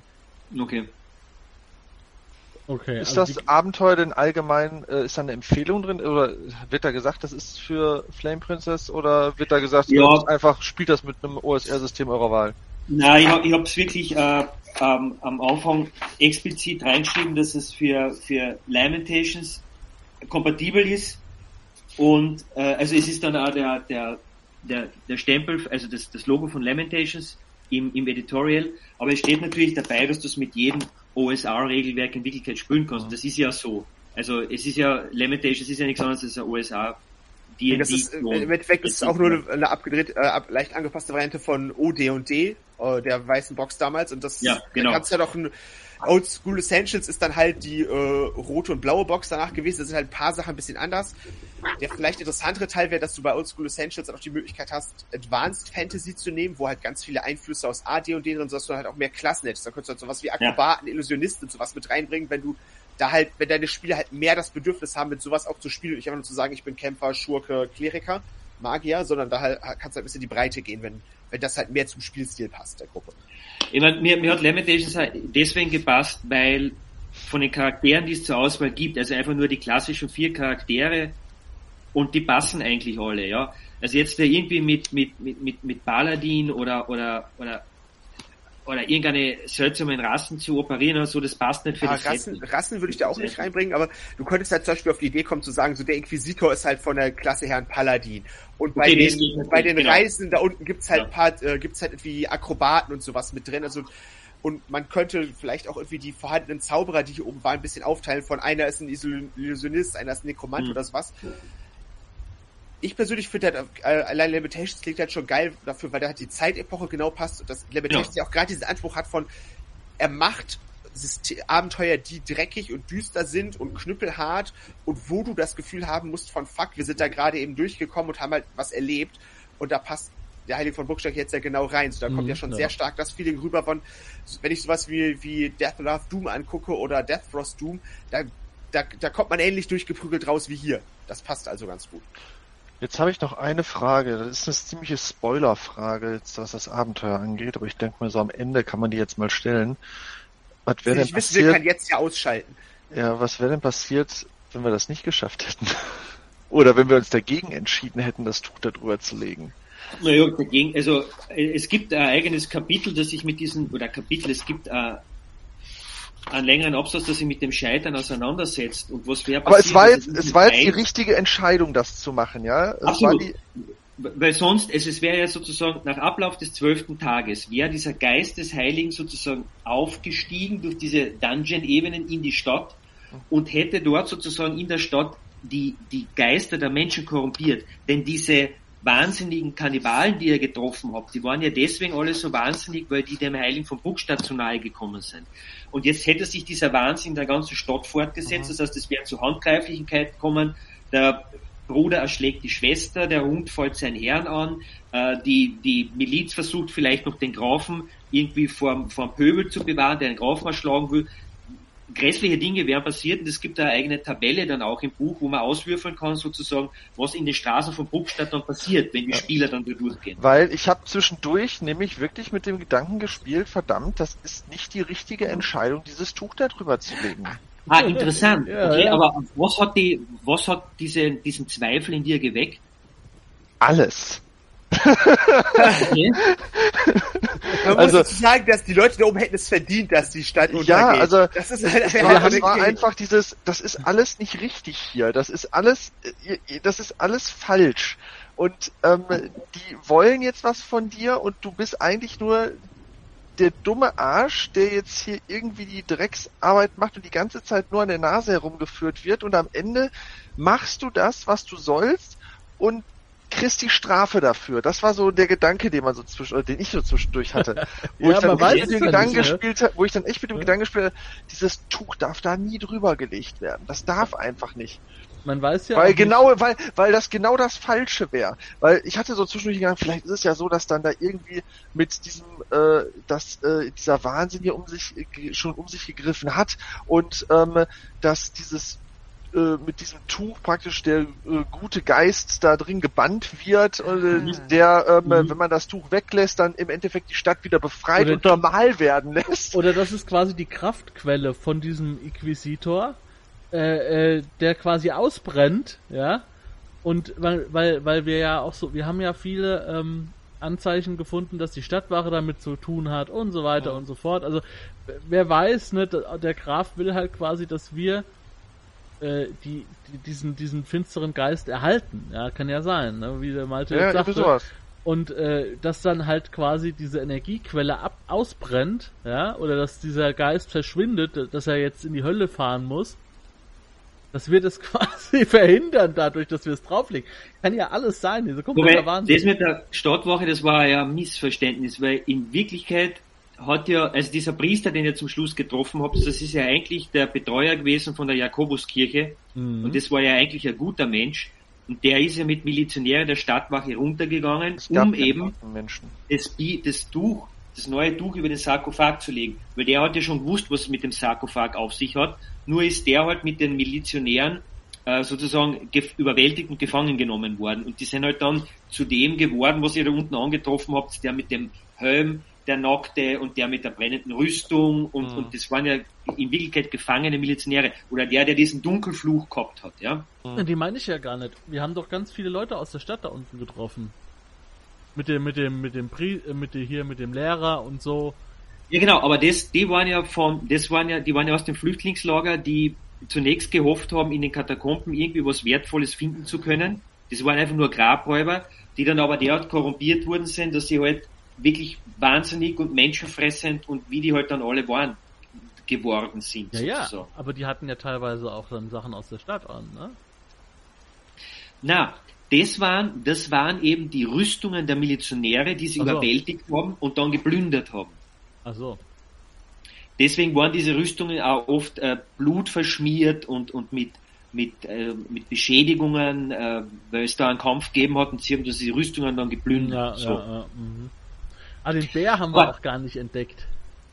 S1: Okay.
S4: Ist also das Abenteuer denn allgemein, ist da eine Empfehlung drin, oder wird da gesagt, das ist für Flame Princess, oder wird da gesagt, einfach spielt das mit einem OSR-System eurer Wahl?
S3: Nein, ich habe es wirklich am Anfang explizit reingeschrieben, dass es für Lamentations kompatibel ist und also es ist dann auch der Stempel, also das Logo von Lamentations im Editorial, aber es steht natürlich dabei, dass du es mit jedem OSR-Regelwerk in Wirklichkeit spielen kannst. Das ist ja so. Also es ist ja, Lamentations ist ja nichts anderes als ein OSR.
S2: Im Endeffekt ist es auch nur eine leicht angepasste Variante von OD&D, der weißen Box damals, und das kannst ja doch Old School Essentials ist dann halt die rote und blaue Box danach gewesen. Das sind halt ein paar Sachen ein bisschen anders. Der vielleicht interessantere Teil wäre, dass du bei Old School Essentials auch die Möglichkeit hast, Advanced Fantasy zu nehmen, wo halt ganz viele Einflüsse aus AD&D drin, sodass du halt auch mehr Klassen hättest. Da könntest du halt sowas wie Akrobaten, Illusionisten und sowas mit reinbringen, wenn deine Spieler halt mehr das Bedürfnis haben, mit sowas auch zu spielen und nicht einfach nur zu sagen, ich bin Kämpfer, Schurke, Kleriker, Magier, sondern da halt kannst du halt ein bisschen in die Breite gehen, wenn das halt mehr zum Spielstil passt, der Gruppe.
S3: Ich meine, mir hat Lamentations deswegen gepasst, weil von den Charakteren, die es zur Auswahl gibt, also einfach nur die klassischen 4 Charaktere, und die passen eigentlich alle, ja. Also jetzt irgendwie mit Paladin oder irgendeine seltsamen Rassen zu operieren oder so, das passt nicht für das Setting.
S2: Rassen würde ich da auch nicht reinbringen, aber du könntest halt zum Beispiel auf die Idee kommen zu sagen, so der Inquisitor ist halt von der Klasse her ein Paladin. Und bei den
S3: genau.
S2: Reisen da unten gibt's halt gibt's halt irgendwie Akrobaten und sowas mit drin, also und man könnte vielleicht auch irgendwie die vorhandenen Zauberer, die hier oben waren, ein bisschen aufteilen von einer ist ein Illusionist, einer ist ein Nekromant oder sowas. Ich persönlich finde halt, allein Lamentations klingt halt schon geil dafür, weil da halt die Zeitepoche genau passt und das Lamentations ja auch gerade diesen Anspruch hat von, er macht Abenteuer, die dreckig und düster sind und knüppelhart und wo du das Gefühl haben musst von fuck, wir sind da gerade eben durchgekommen und haben halt was erlebt und da passt der Heilige von Bruchstein jetzt ja genau rein. So, da kommt ja schon sehr stark das Feeling rüber von, wenn ich sowas wie Death Love Doom angucke oder Death Frost Doom, da kommt man ähnlich durchgeprügelt raus wie hier. Das passt also ganz gut.
S4: Jetzt habe ich noch eine Frage. Das ist eine ziemliche Spoiler-Frage, jetzt, was das Abenteuer angeht, aber ich denke mal so am Ende kann man die jetzt mal stellen. Was wäre denn passiert?
S2: Wir kann jetzt ja ausschalten.
S4: Ja, was wäre denn passiert, wenn wir das nicht geschafft hätten? Oder wenn wir uns dagegen entschieden hätten, das Tuch da drüber zu legen?
S3: Naja, dagegen, also es gibt ein eigenes Kapitel, das sich mit es gibt einen längeren Absatz, das sich mit dem Scheitern auseinandersetzt und was wäre passiert.
S4: Aber es war jetzt die richtige Entscheidung, das zu machen, ja?
S3: Absolut. Weil sonst, es wäre ja sozusagen nach Ablauf des 12. Tages, wäre dieser Geist des Heiligen sozusagen aufgestiegen durch diese Dungeon-Ebenen in die Stadt und hätte dort sozusagen in der Stadt die Geister der Menschen korrumpiert. Denn diese wahnsinnigen Kannibalen, die ihr getroffen habt, die waren ja deswegen alle so wahnsinnig, weil die dem Heiligen von Bruchstadt zu nahe gekommen sind. Und jetzt hätte sich dieser Wahnsinn in der ganzen Stadt fortgesetzt, das heißt, es wäre zu Handgreiflichkeiten gekommen, der Bruder erschlägt die Schwester, der Hund fällt seinen Herrn an, die Miliz versucht vielleicht noch den Grafen irgendwie vom Pöbel zu bewahren, der den Grafen erschlagen will. Grässliche Dinge wären passiert und es gibt eine eigene Tabelle dann auch im Buch, wo man auswürfeln kann sozusagen, was in den Straßen von Bruchstadt dann passiert, wenn die Spieler dann da durchgehen.
S4: Weil ich habe zwischendurch nämlich wirklich mit dem Gedanken gespielt, verdammt, das ist nicht die richtige Entscheidung, dieses Tuch da drüber zu legen.
S3: Ah, interessant.
S1: Ja,
S3: okay,
S1: ja.
S3: Aber was hat diesen Zweifel in dir geweckt?
S4: Alles.
S3: Okay.
S2: Man muss dazu sagen, dass die Leute da oben hätten es verdient, dass die Stadt untergeht.
S4: Ja, also
S2: das ist halt
S4: es war einfach das ist alles nicht richtig hier. Das ist alles falsch. Und die wollen jetzt was von dir und du bist eigentlich nur der dumme Arsch, der jetzt hier irgendwie die Drecksarbeit macht und die ganze Zeit nur an der Nase herumgeführt wird und am Ende machst du das, was du sollst und kriegst die Strafe dafür. Das war so der Gedanke, den ich so zwischendurch hatte. Wo ich dann echt mit dem Gedanken gespielt habe, dieses Tuch darf da nie drüber gelegt werden. Das darf einfach nicht.
S1: Man weiß ja
S4: Weil das genau das Falsche wäre. Weil ich hatte so zwischendurch gedacht, vielleicht ist es ja so, dass dann da irgendwie mit diesem, dieser Wahnsinn hier um sich gegriffen hat und dass dieses mit diesem Tuch praktisch der gute Geist da drin gebannt wird und wenn man das Tuch weglässt, dann im Endeffekt die Stadt wieder befreit und normal werden lässt.
S1: Oder das ist quasi die Kraftquelle von diesem Inquisitor, der quasi ausbrennt, ja, und weil wir ja auch so, wir haben ja viele Anzeichen gefunden, dass die Stadtwache damit zu tun hat und so weiter und so fort. Also wer weiß, ne, der Graf will halt quasi, dass wir diesen finsteren Geist erhalten. Ja, kann ja sein, ne? Wie der Malte jetzt sagte.
S4: Sowas.
S1: Und dass dann halt quasi diese Energiequelle ausbrennt, ja, oder dass dieser Geist verschwindet, dass er jetzt in die Hölle fahren muss. Das wird es quasi verhindern dadurch, dass wir es drauflegen. Kann ja alles sein, diese kompletter Wahnsinn.
S3: Das mit der Stadtwache, das war ja ein Missverständnis, weil in Wirklichkeit hat ja, also dieser Priester, den ihr zum Schluss getroffen habt, das ist ja eigentlich der Betreuer gewesen von der Jakobuskirche. Und das war ja eigentlich ein guter Mensch. Und der ist ja mit Milizionären der Stadtwache runtergegangen, um eben das neue Tuch über den Sarkophag zu legen. Weil der hat ja schon gewusst, was es mit dem Sarkophag auf sich hat. Nur ist der halt mit den Milizionären sozusagen überwältigt und gefangen genommen worden. Und die sind halt dann zu dem geworden, was ihr da unten angetroffen habt, der mit dem Helm, der Nackte und der mit der brennenden Rüstung und das waren ja in Wirklichkeit gefangene Milizionäre. Oder der diesen Dunkelfluch gehabt hat, ja.
S1: Die meine ich ja gar nicht. Wir haben doch ganz viele Leute aus der Stadt da unten getroffen. Mit dem Lehrer und so.
S3: Ja genau, aber die waren ja aus dem Flüchtlingslager, die zunächst gehofft haben, in den Katakomben irgendwie was Wertvolles finden zu können. Das waren einfach nur Grabräuber, die dann aber derart korrumpiert worden sind, dass sie halt wirklich wahnsinnig und menschenfressend und wie die halt dann alle waren, geworden sind.
S1: Ja, aber die hatten ja teilweise auch dann Sachen aus der Stadt an, ne?
S3: Na, das waren eben die Rüstungen der Milizionäre, die sie überwältigt haben und dann geplündert haben.
S1: Ach so.
S3: Deswegen waren diese Rüstungen auch oft blutverschmiert und mit Beschädigungen, weil es da einen Kampf gegeben hat und sie haben diese Rüstungen dann geplündert.
S1: Ja. Den Bär haben wir auch gar nicht entdeckt.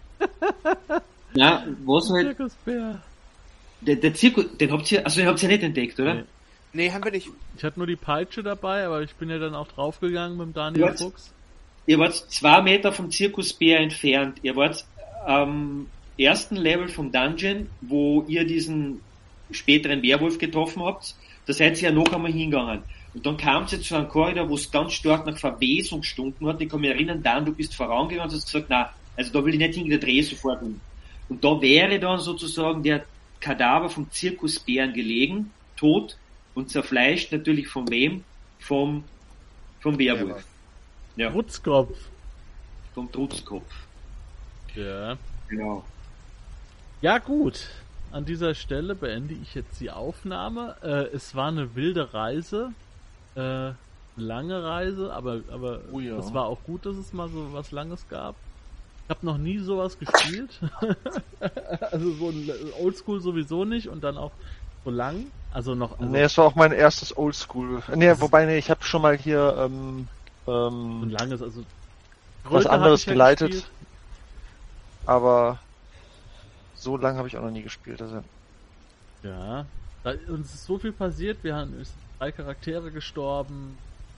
S3: Ja, was halt...
S1: Zirkusbär.
S3: Der Zirkus, den habt ihr ja nicht entdeckt, oder?
S2: Nee, haben wir nicht.
S1: Ich hatte nur die Peitsche dabei, aber ich bin ja dann auch draufgegangen mit dem Daniel Fuchs.
S3: Ihr wart 2 Meter vom Zirkusbär entfernt. Ihr wart am ersten Level vom Dungeon, wo ihr diesen späteren Werwolf getroffen habt. Da seid ihr ja noch einmal hingegangen. Und dann kam sie zu einem Korridor, wo es ganz stark nach Verwesung gestunken hat. Ich kann mich erinnern, Dan, du bist vorangegangen und hast gesagt, na, also da will ich nicht hingehen, der Dreh sofort um. Und da wäre dann sozusagen der Kadaver vom Zirkusbären gelegen, tot und zerfleischt, natürlich von wem? Vom Werwolf. Ja.
S1: Trutzkopf.
S3: Vom Trutzkopf.
S1: Ja.
S3: Genau.
S1: Ja, gut. An dieser Stelle beende ich jetzt die Aufnahme. Es war eine wilde Reise. Lange Reise, aber das war auch gut, dass es mal so was Langes gab. Ich habe noch nie sowas gespielt. Also so ein Oldschool sowieso nicht und dann auch so lang. Also noch. Also
S4: es war auch mein erstes Oldschool. Ich habe schon mal hier
S1: ein langes, also
S4: was anderes geleitet.
S1: Gespielt.
S4: Aber so lange habe ich auch noch nie gespielt. Also.
S1: Ja, uns ist so viel passiert. Wir haben 3 Charaktere gestorben.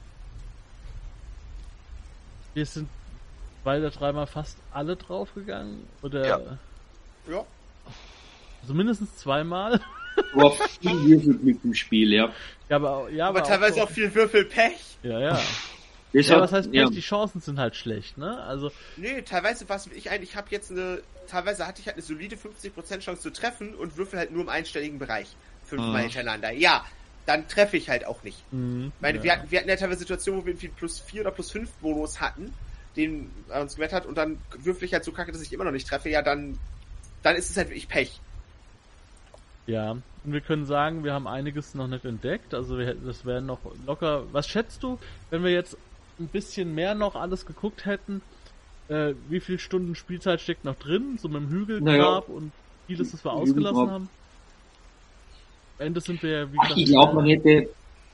S1: Wir sind 2 oder 3 Mal fast alle draufgegangen. Oder
S2: ja.
S1: Also mindestens 2 Mal.
S3: Aber viel Würfelglück im Spiel, ja.
S2: Aber teilweise auch viel Würfelpech.
S1: Ja. Was heißt Pech? Ja. Die Chancen sind halt schlecht, ne? Also.
S2: Nee, teilweise teilweise hatte ich halt eine solide 50% Chance zu treffen und würfel halt nur im einstelligen Bereich. 5-mal hintereinander. Ja, dann treffe ich halt auch nicht. Wir hatten ja teilweise Situationen, wo wir irgendwie +4 oder +5 Bonus hatten, den uns gewährt hat, und dann würfel ich halt so kacke, dass ich immer noch nicht treffe. Ja, dann ist es halt wirklich Pech.
S1: Ja, und wir können sagen, wir haben einiges noch nicht entdeckt, also das wäre noch locker. Was schätzt du, wenn wir jetzt ein bisschen mehr noch alles geguckt hätten, wie viele Stunden Spielzeit steckt noch drin, so mit dem Hügelgrab und vieles, das wir ausgelassen haben? Am Ende sind wir, wie gesagt...
S3: Ich glaube,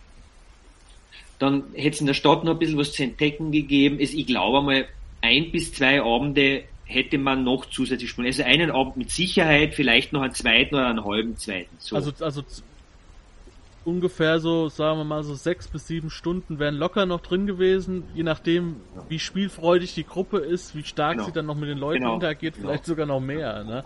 S3: dann hätte es in der Stadt noch ein bisschen was zu entdecken gegeben. Ich glaube einmal, 1 bis 2 Abende hätte man noch zusätzlich spielen. Also einen Abend mit Sicherheit, vielleicht noch einen zweiten oder einen halben zweiten. So.
S1: Also ungefähr so, sagen wir mal, so 6 bis 7 Stunden wären locker noch drin gewesen, je nachdem, wie spielfreudig die Gruppe ist, wie stark sie dann noch mit den Leuten interagiert, vielleicht sogar noch mehr. Ne?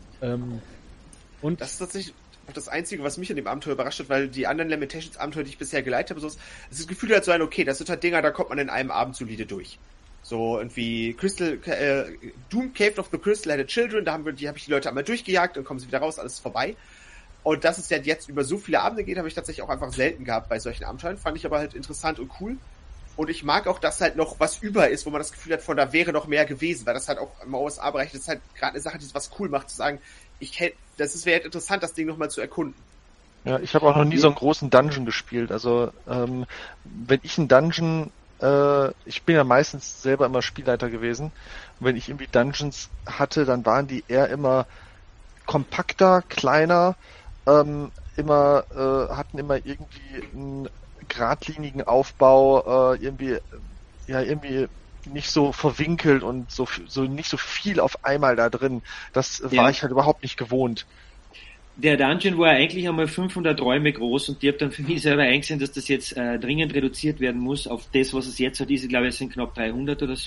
S1: Und
S2: das ist tatsächlich das Einzige, was mich an dem Abenteuer überrascht hat, weil die anderen Lamentations-Abenteuer, die ich bisher geleitet habe, das Gefühl hat so ein, okay, das sind halt Dinger, da kommt man in einem Abend solide durch. So irgendwie Doom Cave of the Crystal had Children, da habe ich die Leute einmal durchgejagt, dann kommen sie wieder raus, alles ist vorbei. Und dass es ja jetzt über so viele Abende geht, habe ich tatsächlich auch einfach selten gehabt bei solchen Abenteuern. Fand ich aber halt interessant und cool. Und ich mag auch, dass halt noch was über ist, wo man das Gefühl hat, von da wäre noch mehr gewesen, weil das halt auch im OSA-Bereich, das ist halt gerade eine Sache, die was cool macht, zu sagen, wäre halt interessant, das Ding nochmal zu erkunden.
S4: Ja, ich habe auch noch nie so einen großen Dungeon gespielt. Also, wenn ich einen Dungeon, ich bin ja meistens selber immer Spielleiter gewesen, und wenn ich irgendwie Dungeons hatte, dann waren die eher immer kompakter, kleiner, hatten immer irgendwie einen geradlinigen Aufbau, irgendwie nicht so verwinkelt und so nicht so viel auf einmal da drin. Das war ich halt überhaupt nicht gewohnt.
S3: Der Dungeon war eigentlich einmal 500 Räume groß und ich habe dann für mich selber eingesehen, dass das jetzt dringend reduziert werden muss auf das, was es jetzt hat. Ich glaube, es sind knapp 300 oder so.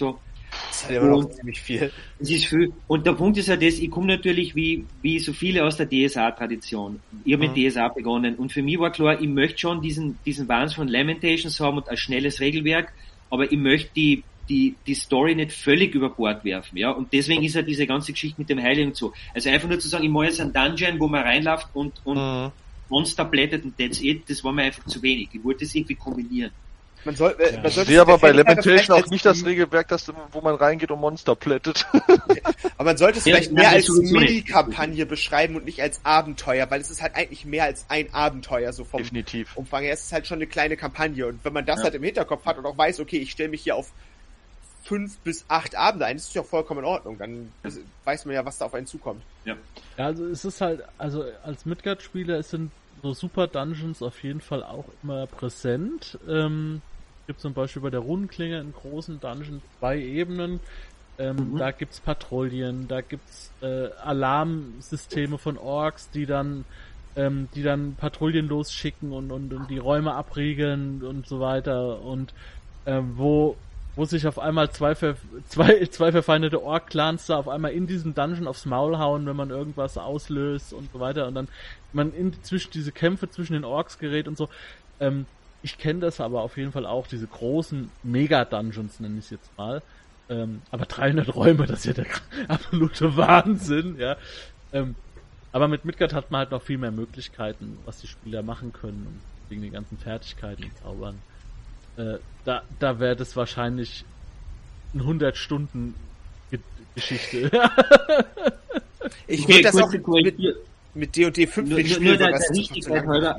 S2: Das ist halt immer noch ziemlich viel.
S3: Es ist viel. Und der Punkt ist ja das, ich komme natürlich wie so viele aus der DSA-Tradition. Ich habe mit DSA begonnen und für mich war klar, ich möchte schon diesen Wahnsinn von Lamentations haben und ein schnelles Regelwerk, aber ich möchte die Story nicht völlig über Bord werfen, ja. Und deswegen ist ja diese ganze Geschichte mit dem Heiligen und so. Also einfach nur zu sagen, ich mache jetzt einen Dungeon, wo man reinläuft und Monster blättet und that's it, das war mir einfach zu wenig. Ich wollte das irgendwie kombinieren.
S2: Man sollte
S4: aber bei Lamentation auch nicht das Regelwerk, wo man reingeht und Monster plättet.
S2: Aber man sollte es vielleicht mehr als Mini-Kampagne beschreiben und nicht als Abenteuer, weil es ist halt eigentlich mehr als ein Abenteuer, so vom
S4: Definitiv.
S2: Umfang her. Es ist halt schon eine kleine Kampagne und wenn man das halt im Hinterkopf hat und auch weiß, okay, ich stelle mich hier auf 5 bis 8 Abende ein, das ist ja vollkommen in Ordnung, dann weiß man ja, was da auf einen zukommt.
S1: Ja, also es ist halt, also als Midgard-Spieler sind so Super Dungeons auf jeden Fall auch immer präsent. Gibt zum Beispiel bei der Runenklinge einen großen Dungeon 2 Ebenen. Da gibt's Patrouillen, da gibt's Alarmsysteme von Orks, die dann Patrouillen losschicken und die Räume abriegeln und so weiter. Und wo sich auf einmal zwei verfeindete Ork-Clans da auf einmal in diesem Dungeon aufs Maul hauen, wenn man irgendwas auslöst und so weiter. Und dann man zwischen diese Kämpfe zwischen den Orks gerät und so. Ich kenne das aber auf jeden Fall auch, diese großen Mega-Dungeons, nenne ich es jetzt mal. Aber 300 Räume, das ist ja der absolute Wahnsinn, ja. Aber mit Midgard hat man halt noch viel mehr Möglichkeiten, was die Spieler machen können, wegen den ganzen Fertigkeiten und Zaubern. Da wäre das wahrscheinlich eine 100 Stunden Geschichte.
S2: Ich würde das auch mit D&D 5
S3: nur der Richtigkeit halber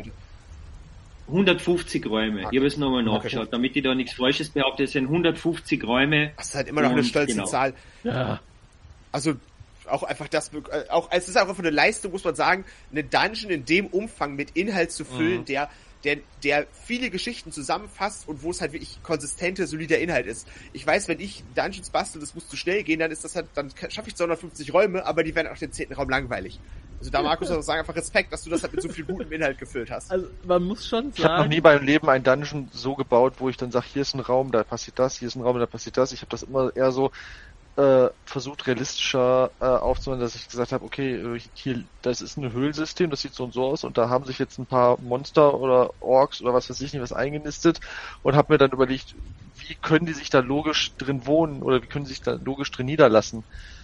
S3: 150 Räume. Ich habe es nochmal nachgeschaut, damit ich da nichts Falsches behaupte. Es sind 150 Räume.
S2: Das ist halt immer noch eine stolze Zahl.
S1: Ja.
S2: Also auch einfach das, es ist einfach eine Leistung, muss man sagen, eine Dungeon in dem Umfang mit Inhalt zu füllen, der viele Geschichten zusammenfasst und wo es halt wirklich konsistente, solider Inhalt ist. Ich weiß, wenn ich Dungeons bastel, das muss zu schnell gehen, dann ist das halt, dann schaffe ich 250 Räume, aber die werden auch den 10. Raum langweilig. Also da, Markus, muss ich sagen, einfach Respekt, dass du das halt mit so viel gutem Inhalt gefüllt hast.
S1: Also man muss schon sagen...
S4: Ich habe noch nie beim Leben ein Dungeon so gebaut, wo ich dann sage, hier ist ein Raum, da passiert das, hier ist ein Raum, da passiert das. Ich habe das immer eher so versucht, realistischer aufzunehmen, dass ich gesagt habe, okay, hier, das ist ein Höhlensystem, das sieht so und so aus und da haben sich jetzt ein paar Monster oder Orks oder was weiß ich nicht was eingenistet und habe mir dann überlegt, wie können die sich da logisch drin wohnen oder wie können sie sich da logisch drin niederlassen.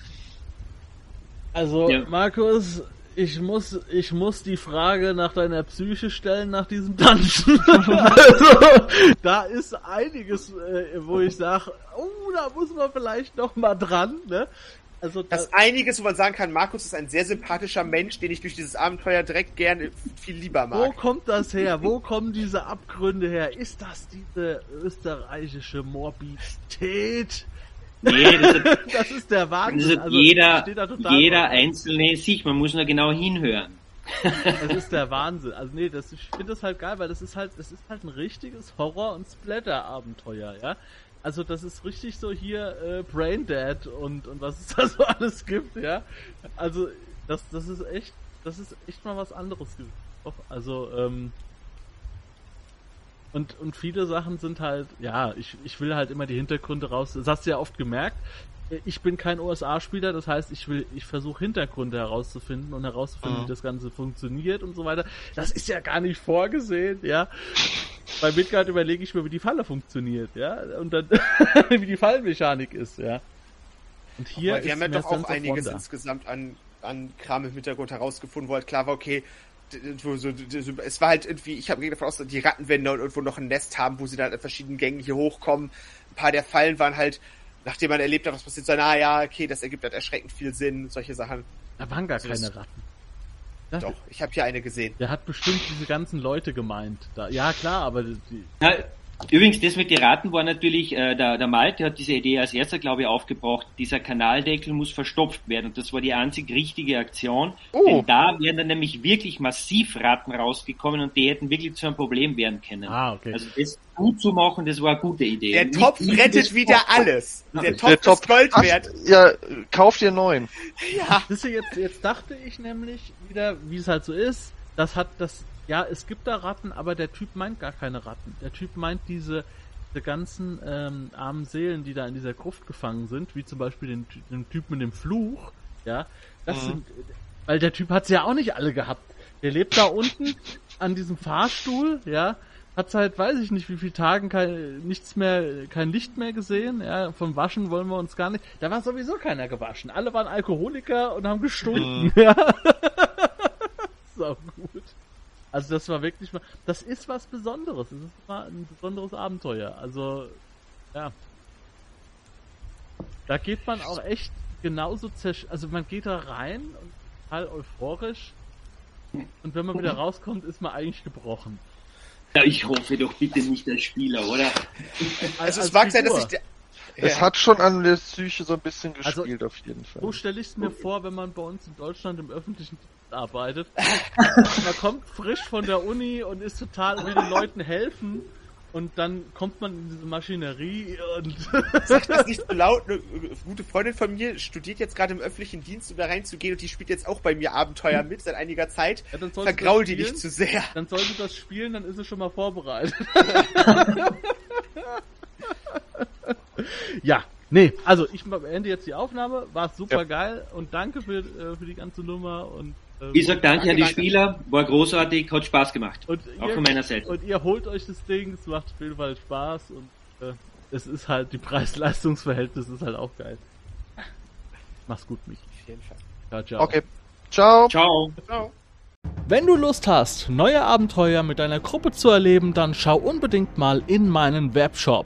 S1: Also, ja. Markus, ich muss die Frage nach deiner Psyche stellen nach diesem Dungeon. Also, da ist einiges, wo ich sage, da muss man vielleicht noch mal dran, ne? Also
S2: das einiges, wo man sagen kann, Markus ist ein sehr sympathischer Mensch, den ich durch dieses Abenteuer direkt gerne viel lieber mag.
S1: Wo kommt das her? Wo kommen diese Abgründe her? Ist das diese österreichische Morbidität?
S3: Nee,
S1: das ist der Wahnsinn.
S3: Also jeder einzelne sich, man muss nur genau hinhören.
S1: Das ist der Wahnsinn. Also nee, ich finde das halt geil, weil das ist halt ein richtiges Horror- und Splatter-Abenteuer, ja. Also das ist richtig so hier Braindead und was es da so alles gibt, ja. Also das ist echt mal was anderes. Also und viele Sachen sind halt, ja, ich will halt immer die Hintergründe raus. Das hast du ja oft gemerkt. Ich bin kein OSA-Spieler, das heißt, ich versuche Hintergründe herauszufinden und wie das Ganze funktioniert und so weiter. Das ist ja gar nicht vorgesehen, ja. Bei Midgard überlege ich mir, wie die Falle funktioniert, ja, und dann wie die Fallenmechanik ist, ja. Und hier
S2: aber die haben ja doch auch einiges insgesamt an Kram im Hintergrund herausgefunden, wo halt klar war, okay, es war halt irgendwie, ich habe davon aus, die Rattenwände und irgendwo noch ein Nest haben, wo sie dann in verschiedenen Gängen hier hochkommen. Ein paar der Fallen waren halt, nachdem man erlebt hat, was passiert, so, okay, das ergibt halt erschreckend viel Sinn, solche Sachen.
S1: Da waren gar keine Ratten.
S2: Doch, ich habe hier eine gesehen.
S1: Der hat bestimmt diese ganzen Leute gemeint. Ja, klar, aber
S3: Ja, übrigens, das mit den Ratten war natürlich, der Malte hat diese Idee als erster, glaube ich, aufgebracht. Dieser Kanaldeckel muss verstopft werden. Und das war die einzig richtige Aktion. Denn da wären dann nämlich wirklich massiv Ratten rausgekommen und die hätten wirklich zu einem Problem werden können.
S1: Okay.
S3: Also das gut zu machen, das war eine gute Idee.
S2: Der Topf rettet wieder alles. Der Topf ist Gold wert.
S4: Ja, kauf dir einen neuen.
S2: Ja.
S1: Das ist jetzt dachte ich nämlich wieder, wie es halt so ist, ja, es gibt da Ratten, aber der Typ meint gar keine Ratten. Der Typ meint diese diese ganzen armen Seelen, die da in dieser Gruft gefangen sind, wie zum Beispiel den Typ mit dem Fluch, ja, das sind, weil der Typ hat sie ja auch nicht alle gehabt. Der lebt da unten an diesem Fahrstuhl, ja, hat seit, weiß ich nicht wie viele Tagen kein Licht mehr gesehen, ja, vom Waschen wollen wir uns gar nicht, da war sowieso keiner gewaschen. Alle waren Alkoholiker und haben gestunken, ja. So gut. Also das war wirklich mal, das ist was Besonderes. Das ist mal ein besonderes Abenteuer. Also, ja. Da geht man auch echt genauso also man geht da rein und total euphorisch. Und wenn man wieder rauskommt, ist man eigentlich gebrochen.
S3: Ja, ich hoffe doch bitte nicht als Spieler, oder?
S2: Also es mag sein, dass ich...
S4: Es hat schon an der Psyche so ein bisschen gespielt, auf jeden Fall.
S1: So stelle ich es mir vor, wenn man bei uns in Deutschland im öffentlichen Dienst arbeitet. Man kommt frisch von der Uni und ist total, will den Leuten helfen und dann kommt man in diese Maschinerie und...
S2: Sag das nicht so laut, eine gute Freundin von mir studiert jetzt gerade im öffentlichen Dienst, um da reinzugehen und die spielt jetzt auch bei mir Abenteuer mit seit einiger Zeit. Ja, vergraul die nicht zu sehr.
S1: Dann soll sie das spielen, dann ist sie schon mal vorbereitet. Ja, nee, also ich beende jetzt die Aufnahme, war super geil und danke für die ganze Nummer und
S3: ich sag danke an die Spieler, war großartig, hat Spaß gemacht, auch von meiner Seite.
S1: Und ihr holt euch das Ding, es macht auf jeden Fall Spaß und es ist halt, die Preis-Leistungs-Verhältnis ist halt auch geil. Mach's gut, Mich.
S2: Auf jeden Fall.
S1: Ja, ciao.
S4: Okay, ciao.
S3: Ciao.
S2: Ciao.
S1: Wenn du Lust hast, neue Abenteuer mit deiner Gruppe zu erleben, dann schau unbedingt mal in meinen Webshop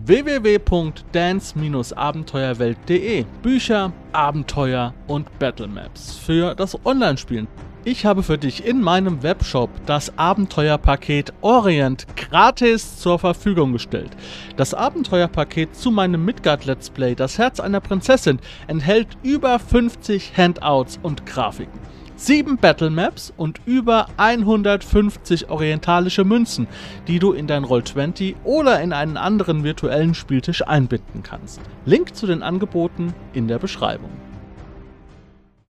S1: www.dance-abenteuerwelt.de. Bücher, Abenteuer und Battlemaps für das Online-Spielen. Ich habe für dich in meinem Webshop das Abenteuerpaket Orient gratis zur Verfügung gestellt. Das Abenteuerpaket zu meinem Midgard-Let's Play, das Herz einer Prinzessin, enthält über 50 Handouts und Grafiken. 7 Battlemaps und über 150 orientalische Münzen, die du in dein Roll20 oder in einen anderen virtuellen Spieltisch einbinden kannst. Link zu den Angeboten in der Beschreibung.